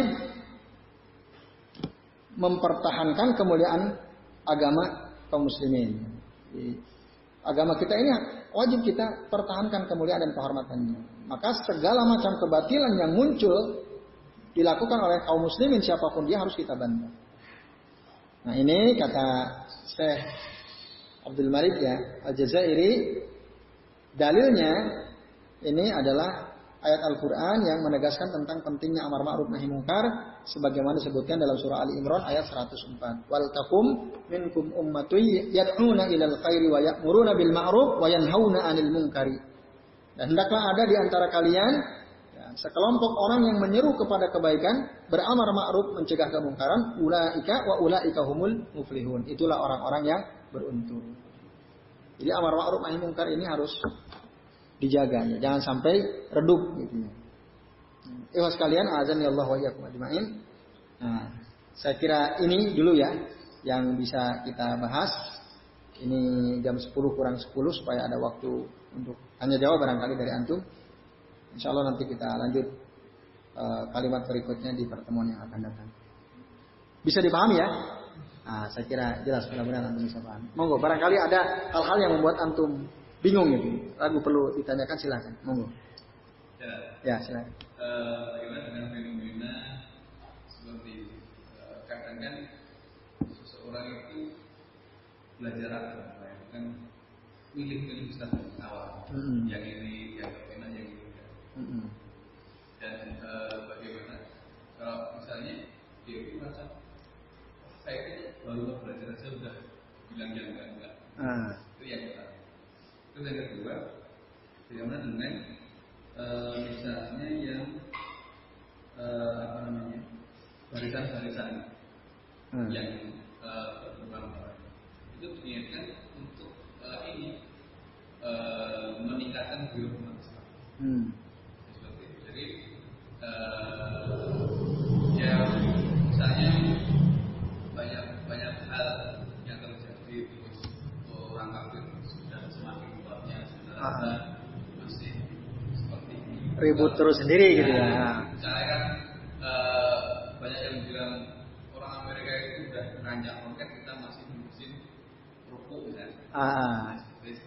mempertahankan kemuliaan agama kaum muslimin. Agama kita ini wajib kita pertahankan kemuliaan dan kehormatannya. Maka segala macam kebatilan yang muncul dilakukan oleh kaum muslimin siapapun dia harus kita bantah. Nah ini kata Syekh Abdul Malik ya Al-Jazairi, dalilnya ini adalah ayat Al-Quran yang menegaskan tentang pentingnya amar ma'ruf nahi munkar sebagaimana disebutkan dalam surah Ali Imran ayat 104. Wal takum minkum ummatun yad'una ilal khairi wa ya'muruna bil ma'ruf wa yanhauna 'anil munkari. Dan hendaklah ada di antara kalian ya, sekelompok orang yang menyeru kepada kebaikan, beramar ma'ruf, mencegah kemungkaran, ulaika humul muflihun. Itulah orang-orang yang beruntung. Jadi amar ma'ruf nahi munkar ini harus dijaga ya, jangan sampai redup gitu ya. Ikhwas sekalian, azan ya Allah wa iyyakum ajmain. Nah, saya kira ini dulu ya yang bisa kita bahas. Ini jam 10 kurang 10 supaya ada waktu untuk tanya jawab barangkali dari antum. Insyaallah nanti kita lanjut kalimat berikutnya di pertemuan yang akan datang. Bisa dipahami ya? Nah, saya kira jelas, mudah-mudahan antum bisa paham. Monggo, barangkali ada hal-hal yang membuat antum bingung gitu, lagu perlu ditanyakan, silakan. Monggo. Ya silakan. Bagaimana dengan fenomena seperti kadang kan seseorang itu belajar agama kan milih-milih ustaz awal, yang ini yang enak, yang ini enggak. Dan bagaimana kalau misalnya dia itu merasa saya baru belajar saja sudah bilang yang enggak. Itu yang pertama. Terus yang kedua, bagaimana dengan misalnya yang barisan-barisan yang berkembang itu diniatkan untuk ini meningkatkan guru manusia. Seperti itu. Jadi ya misalnya banyak hal yang terjadi terus orang kafir sudah semakin kuatnya masih seperti ini. Ribut terus sendiri gitu ya. Misalnya kan banyak yang bilang orang Amerika itu udah rancak roket, kita masih ngurusin rukuk misalnya.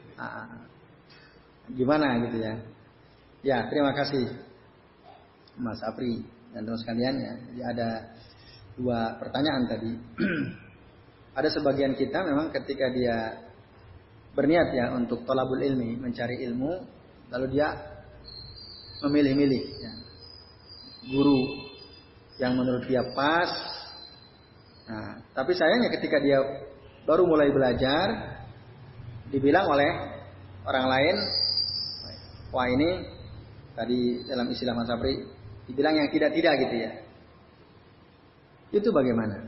Gimana gitu ya? Ya terima kasih Mas Apri dan teman sekalian ya. Jadi ada dua pertanyaan tadi. Ada sebagian kita memang ketika dia berniat ya untuk thalabul ilmi, mencari ilmu, lalu dia memilih-milih ya, guru yang menurut dia pas. Nah, tapi sayangnya ketika dia baru mulai belajar, dibilang oleh orang lain, wah ini tadi dalam istilah Mas Sapri dibilang yang tidak-tidak gitu ya. Itu bagaimana?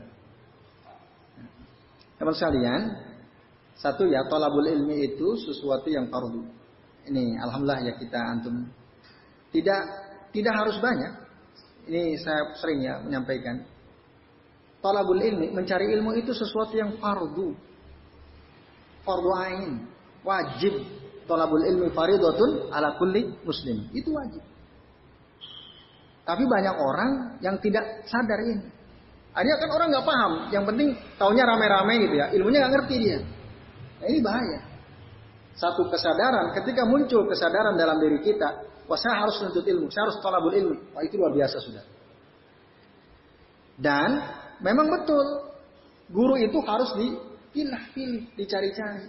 Teman sekalian, satu ya, thalabul ilmi itu sesuatu yang fardu. Ini alhamdulillah ya kita antum tidak harus banyak. Ini saya sering ya menyampaikan. Thalabul ilmi, mencari ilmu itu sesuatu yang fardu. Fardu ain, wajib. Thalabul ilmi faridatun ala kulli muslim. Itu wajib. Tapi banyak orang yang tidak sadar ini. Akhirnya kan orang nggak paham. Yang penting taunya rame-rame gitu ya. Ilmunya nggak ngerti dia. Nah, ini bahaya. Satu kesadaran, ketika muncul kesadaran dalam diri kita, wah saya harus menuntut ilmu, saya harus thalabul ilmi. Wah itu luar biasa sudah. Dan memang betul, guru itu harus dipilah-pilih, dicari-cari.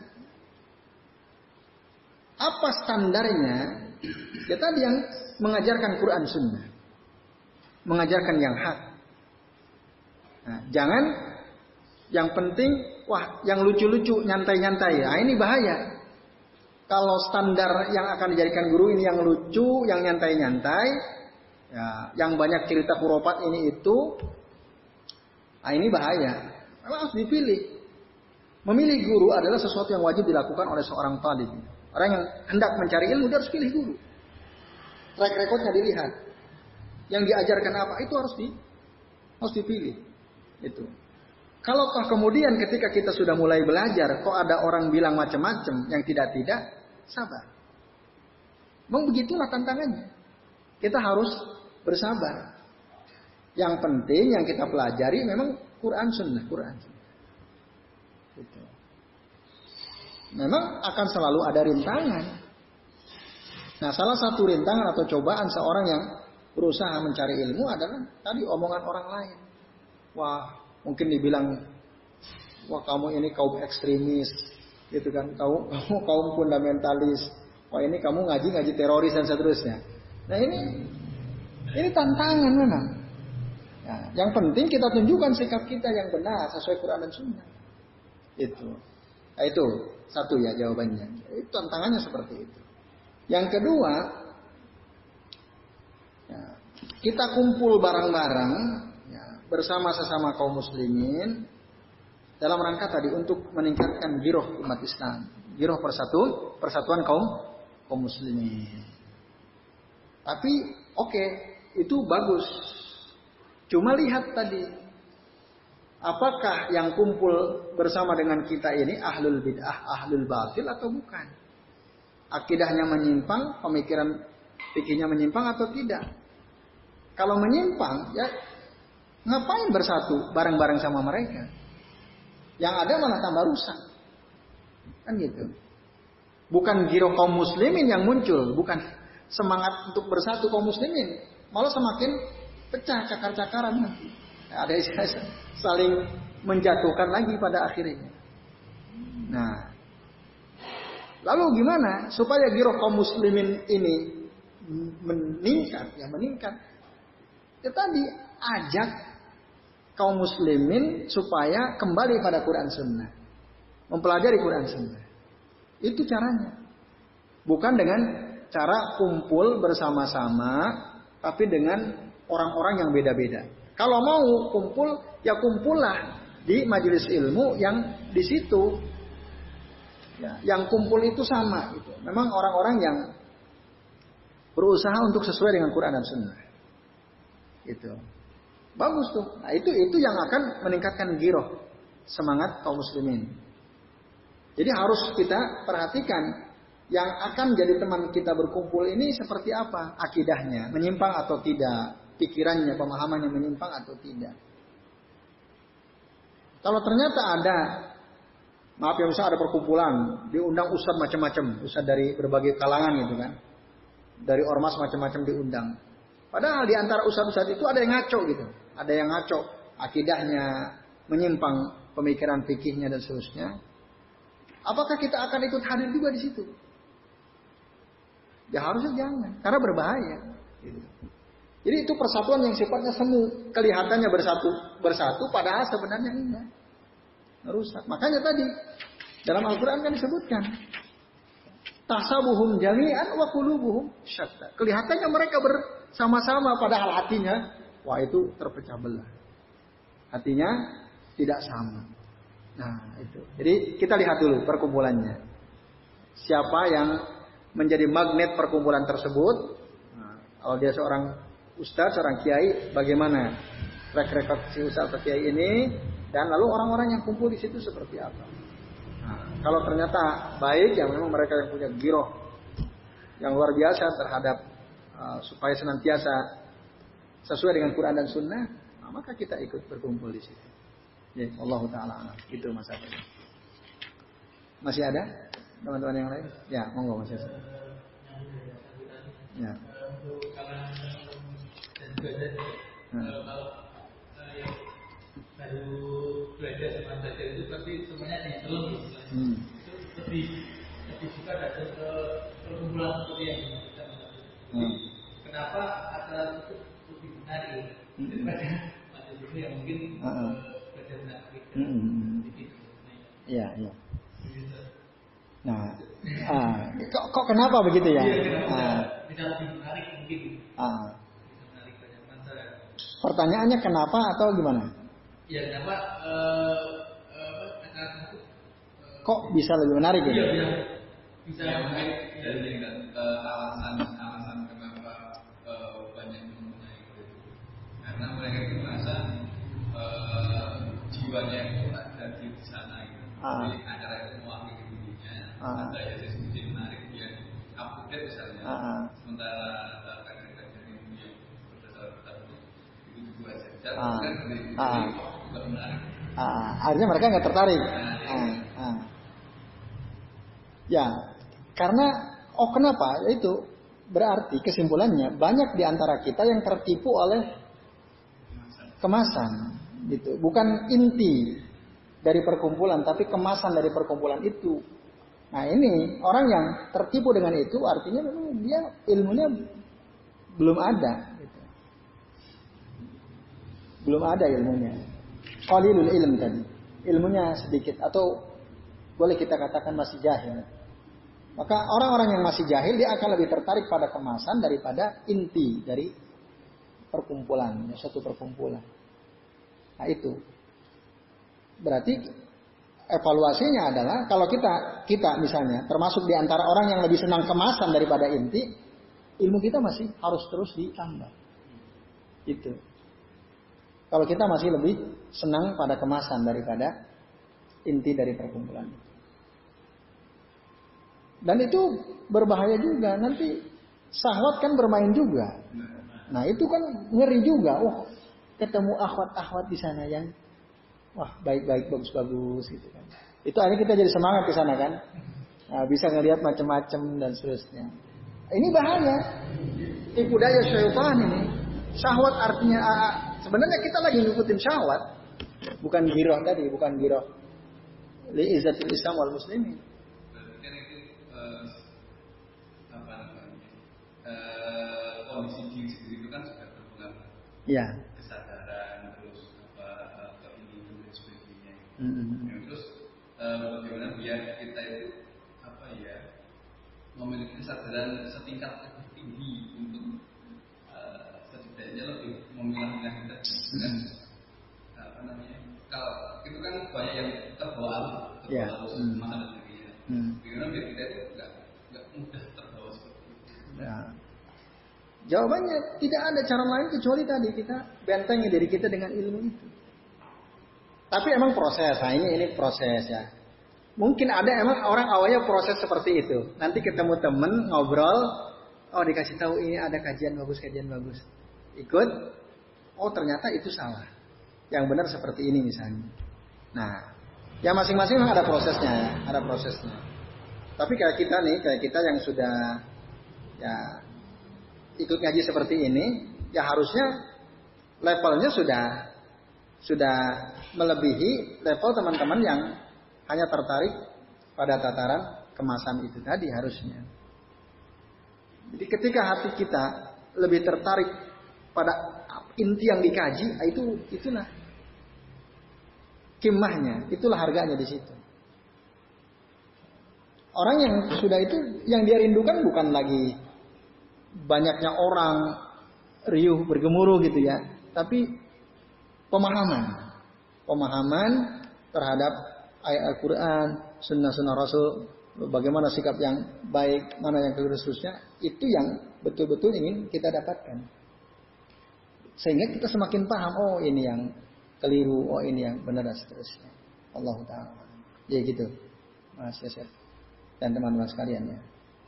Apa standarnya? Ya tadi yang mengajarkan Quran Sunnah, mengajarkan yang hak. Nah, jangan yang penting, wah yang lucu-lucu, nyantai-nyantai. Nah ini bahaya. Kalau standar yang akan dijadikan guru ini yang lucu, yang nyantai-nyantai, ya, yang banyak cerita kuropat ini itu, nah ini bahaya. Memang harus dipilih. Memilih guru adalah sesuatu yang wajib dilakukan oleh seorang talib. Orang yang hendak mencari ilmu dia harus pilih guru. Track recordnya dilihat. Yang diajarkan apa itu harus dipilih. Itu. Kalau kemudian ketika kita sudah mulai belajar, kok ada orang bilang macam-macam yang tidak-tidak, sabar. Memang begitulah tantangannya. Kita harus bersabar. Yang penting yang kita pelajari memang Quran Sunnah. Gitu. Memang akan selalu ada rintangan. Nah, salah satu rintangan atau cobaan seorang yang berusaha mencari ilmu adalah tadi omongan orang lain. Wah, mungkin dibilang, wah kamu ini kaum ekstremis, gitu kan? Kamu kaum fundamentalis. Wah ini kamu ngaji teroris dan seterusnya. Nah ini tantangan memang. Nah, yang penting kita tunjukkan sikap kita yang benar sesuai Quran dan Sunnah. Itu. Nah, itu satu ya jawabannya. Itu tantangannya seperti itu. Yang kedua, ya, kita kumpul bareng-bareng ya, bersama sesama kaum muslimin dalam rangka tadi untuk meningkatkan giroh umat Islam, giroh persatuan kaum muslimin. Tapi oke, itu bagus. Cuma lihat tadi, apakah yang kumpul bersama dengan kita ini ahlul bid'ah, ahlul batil atau bukan? Akidahnya menyimpang, pemikiran fikihnya menyimpang atau tidak? Kalau menyimpang, ya ngapain bersatu bareng-bareng sama mereka? Yang ada malah tambah rusak. Kan gitu. Bukan giroh kaum muslimin yang muncul, bukan semangat untuk bersatu kaum muslimin, malah semakin pecah cakar-cakaran nanti. Ada saling menjatuhkan lagi pada akhirnya. Nah, lalu gimana supaya giroh kaum muslimin ini meningkat? Ya meningkat. Ya tadi ajak kaum muslimin supaya kembali pada Quran Sunnah, mempelajari Quran Sunnah. Itu caranya. Bukan dengan cara kumpul bersama-sama, tapi dengan orang-orang yang beda-beda. Kalau mau kumpul, ya kumpullah di majelis ilmu yang di situ. Ya, yang kumpul itu sama. Gitu. Memang orang-orang yang berusaha untuk sesuai dengan Quran dan Sunnah. Gitu. Bagus tuh. Nah itu yang akan meningkatkan giroh semangat kaum muslimin. Jadi harus kita perhatikan yang akan jadi teman kita berkumpul ini seperti apa akidahnya, menyimpang atau tidak, pikirannya, pemahamannya menyimpang atau tidak. Kalau ternyata ada, maaf ya misalnya ada perkumpulan, diundang ustadz macam-macam, ustadz dari berbagai kalangan gitu kan, dari ormas macam-macam diundang. Padahal di antara ustadz-ustadz itu ada yang ngaco gitu, ada yang ngaco akidahnya, menyimpang pemikiran fikihnya dan seterusnya. Apakah kita akan ikut hadir juga di situ? Ya harusnya jangan, karena berbahaya. Gitu. Jadi itu persatuan yang sifatnya semu, kelihatannya bersatu, padahal sebenarnya enggak, merusak. Makanya tadi dalam Al-Quran kan disebutkan, tasabuhum jami'an wa qulubuhum syatta. Kelihatannya mereka bersama-sama, padahal hatinya, wah itu terpecah belah. Hatinya tidak sama. Nah itu. Jadi kita lihat dulu perkumpulannya. Siapa yang menjadi magnet perkumpulan tersebut? Nah, kalau dia seorang ustadz, seorang kiai, bagaimana track record si ustadz atau kiai ini? Dan lalu orang-orang yang kumpul di situ seperti apa? Nah, kalau ternyata baik, ya memang mereka yang punya giroh yang luar biasa terhadap supaya senantiasa sesuai dengan Quran dan Sunnah, nah, maka kita ikut berkumpul di situ. Ya, Allah Ta'ala alam. Itu masalahnya. Masih ada teman-teman yang lain? Ya, monggo masih ada. Ya. Kalau yang baru belajar sama belajar itu pasti semuanya di dalam itu lebih suka datang ke perkumpulan seperti yang kita maksud. Kenapa acara itu lebih menarik daripada majelis ini yang mungkin belajar menarik? Iya, iya. Nah, kok kenapa begitu ya? Bisa lebih menarik mungkin. Bisa menarik banyak masa. Pertanyaannya kenapa atau gimana? ya kenapa kata itu Kok bisa lebih menarik ya? Iya, bisa mungkin dari alasan kenapa banyak mengenai itu. Karena mereka itu merasa jiwanya itu ada di sana gitu. Jadi acara itu mewakili dirinya, ada ya diskusi menarik yang update misalnya. Sementara kajian-kajian ilmu yang berdasarkan itu juga saja, kan juga menarik. Akhirnya mereka nggak tertarik. Ya, karena kenapa? Itu berarti kesimpulannya banyak di antara kita yang tertipu oleh kemasan, gitu. Bukan inti dari perkumpulan, tapi kemasan dari perkumpulan itu. Nah ini orang yang tertipu dengan itu, artinya memang dia ilmunya belum ada, gitu. Belum ada ilmunya. Qalilul ilm tadi, ilmunya sedikit atau boleh kita katakan masih jahil. Maka orang-orang yang masih jahil dia akan lebih tertarik pada kemasan daripada inti dari perkumpulan, suatu perkumpulan. Nah itu berarti evaluasinya adalah kalau kita misalnya termasuk di antara orang yang lebih senang kemasan daripada inti, ilmu kita masih harus terus ditambah. Itu. Kalau kita masih lebih senang pada kemasan daripada inti dari perkumpulan. Dan itu berbahaya juga. Nanti syahwat kan bermain juga. Nah itu kan ngeri juga. Ketemu akhwat-akhwat di sana yang baik-baik, bagus-bagus gitu kan. Itu akhirnya kita jadi semangat ke sana kan. Nah, bisa ngelihat macam-macam dan seterusnya. Ini bahaya. Tipu daya syaitan ini. Syahwat artinya sebenarnya kita lagi ngikutin syahwat. Bukan giroh tadi, bukan giroh. Li izzatil Islam wal muslimin. Kondisi diri sendiri itu kan sudah berpengaruh. Ya. Kesadaran terus keinginan dan sebagainya. Terus bagaimana biar kita itu memiliki kesadaran setingkat lebih tinggi untuk setidaknya lebih memilah-milah kita dengan kalau itu kan banyak yang terbawa arus masa dan sebagainya. Bagaimana biar kita itu nggak mudah terbawa seperti itu. Ya. Jawabannya tidak ada cara lain kecuali tadi kita bentengi diri kita dengan ilmu itu. Tapi emang proses, nah ini proses ya. Mungkin ada emang orang awalnya proses seperti itu. Nanti ketemu temen ngobrol, dikasih tahu ini ada kajian bagus. Ikut, ternyata itu salah. Yang benar seperti ini misalnya. Nah, ya masing-masing ada prosesnya, Tapi kayak kita yang sudah ya ikut ngaji seperti ini, ya harusnya levelnya sudah melebihi level teman-teman yang hanya tertarik pada tataran kemasan itu tadi harusnya. Jadi ketika hati kita lebih tertarik pada inti yang dikaji, itulah kimahnya, itulah harganya di situ. Orang yang sudah itu, yang dia rindukan bukan lagi banyaknya orang riuh bergemuruh gitu ya, tapi pemahaman terhadap ayat Al-Quran, sunnah Rasul, bagaimana sikap yang baik, mana yang keliru seterusnya, itu yang betul-betul ingin kita dapatkan. Sehingga kita semakin paham, ini yang keliru, ini yang benar dan seterusnya. Allah Ta'ala. Ya gitu, Mas Yasir dan teman-teman sekalian ya.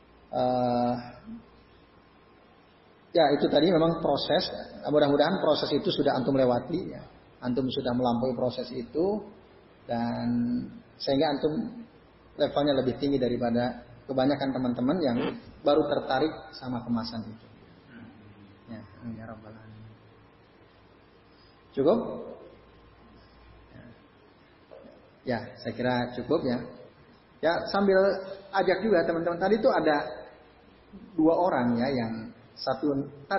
Ya itu tadi memang proses. Mudah-mudahan proses itu sudah antum lewati ya. Antum sudah melampaui proses itu dan sehingga antum levelnya lebih tinggi daripada kebanyakan teman-teman yang baru tertarik sama kemasan itu. Ya Rabbal Alamin. Cukup? Ya, saya kira cukup ya. Ya sambil ajak juga teman-teman, tadi itu ada 2 orang ya yang satu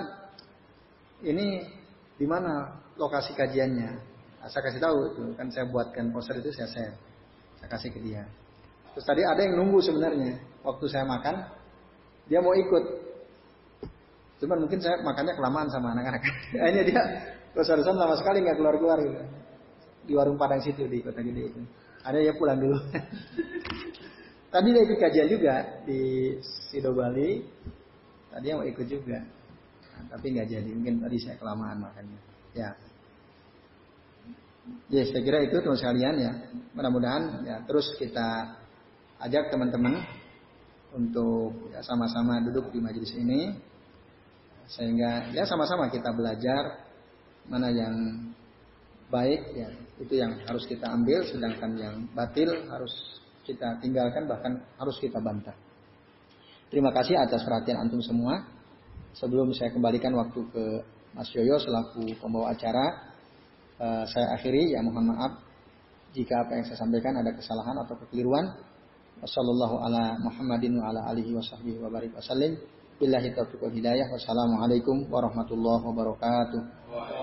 ini di mana lokasi kajiannya. Nah, saya kasih tahu itu kan saya buatkan poster itu saya kasih ke dia. Terus tadi ada yang nunggu sebenarnya waktu saya makan dia mau ikut. Cuman mungkin saya makannya kelamaan sama anak-anak. Akhirnya dia terus lama sekali nggak keluar gitu. di warung Padang situ di Kota Gede itu. Ada ya pulang dulu. Tadi dia ikut kajian juga di Sido Bali. Tadi yang mau ikut juga. Nah, tapi nggak jadi. Mungkin tadi saya kelamaan makanya. Ya. Ya, saya kira itu teman sekalian ya. Mudah-mudahan ya terus kita ajak teman-teman untuk ya, sama-sama duduk di majelis ini sehingga ya sama-sama kita belajar mana yang baik ya itu yang harus kita ambil, sedangkan yang batil harus kita tinggalkan, bahkan harus kita bantah. Terima kasih atas perhatian antum semua. Sebelum saya kembalikan waktu ke Mas Yoyo selaku pembawa acara, saya akhiri ya, mohon maaf jika apa yang saya sampaikan ada kesalahan atau kekeliruan. Wassallallahu ala Muhammadin wa ala alihi washabbihi wa barik wasallim. Billahi taufiq wal hidayah. Wassalamualaikum warahmatullahi wabarakatuh.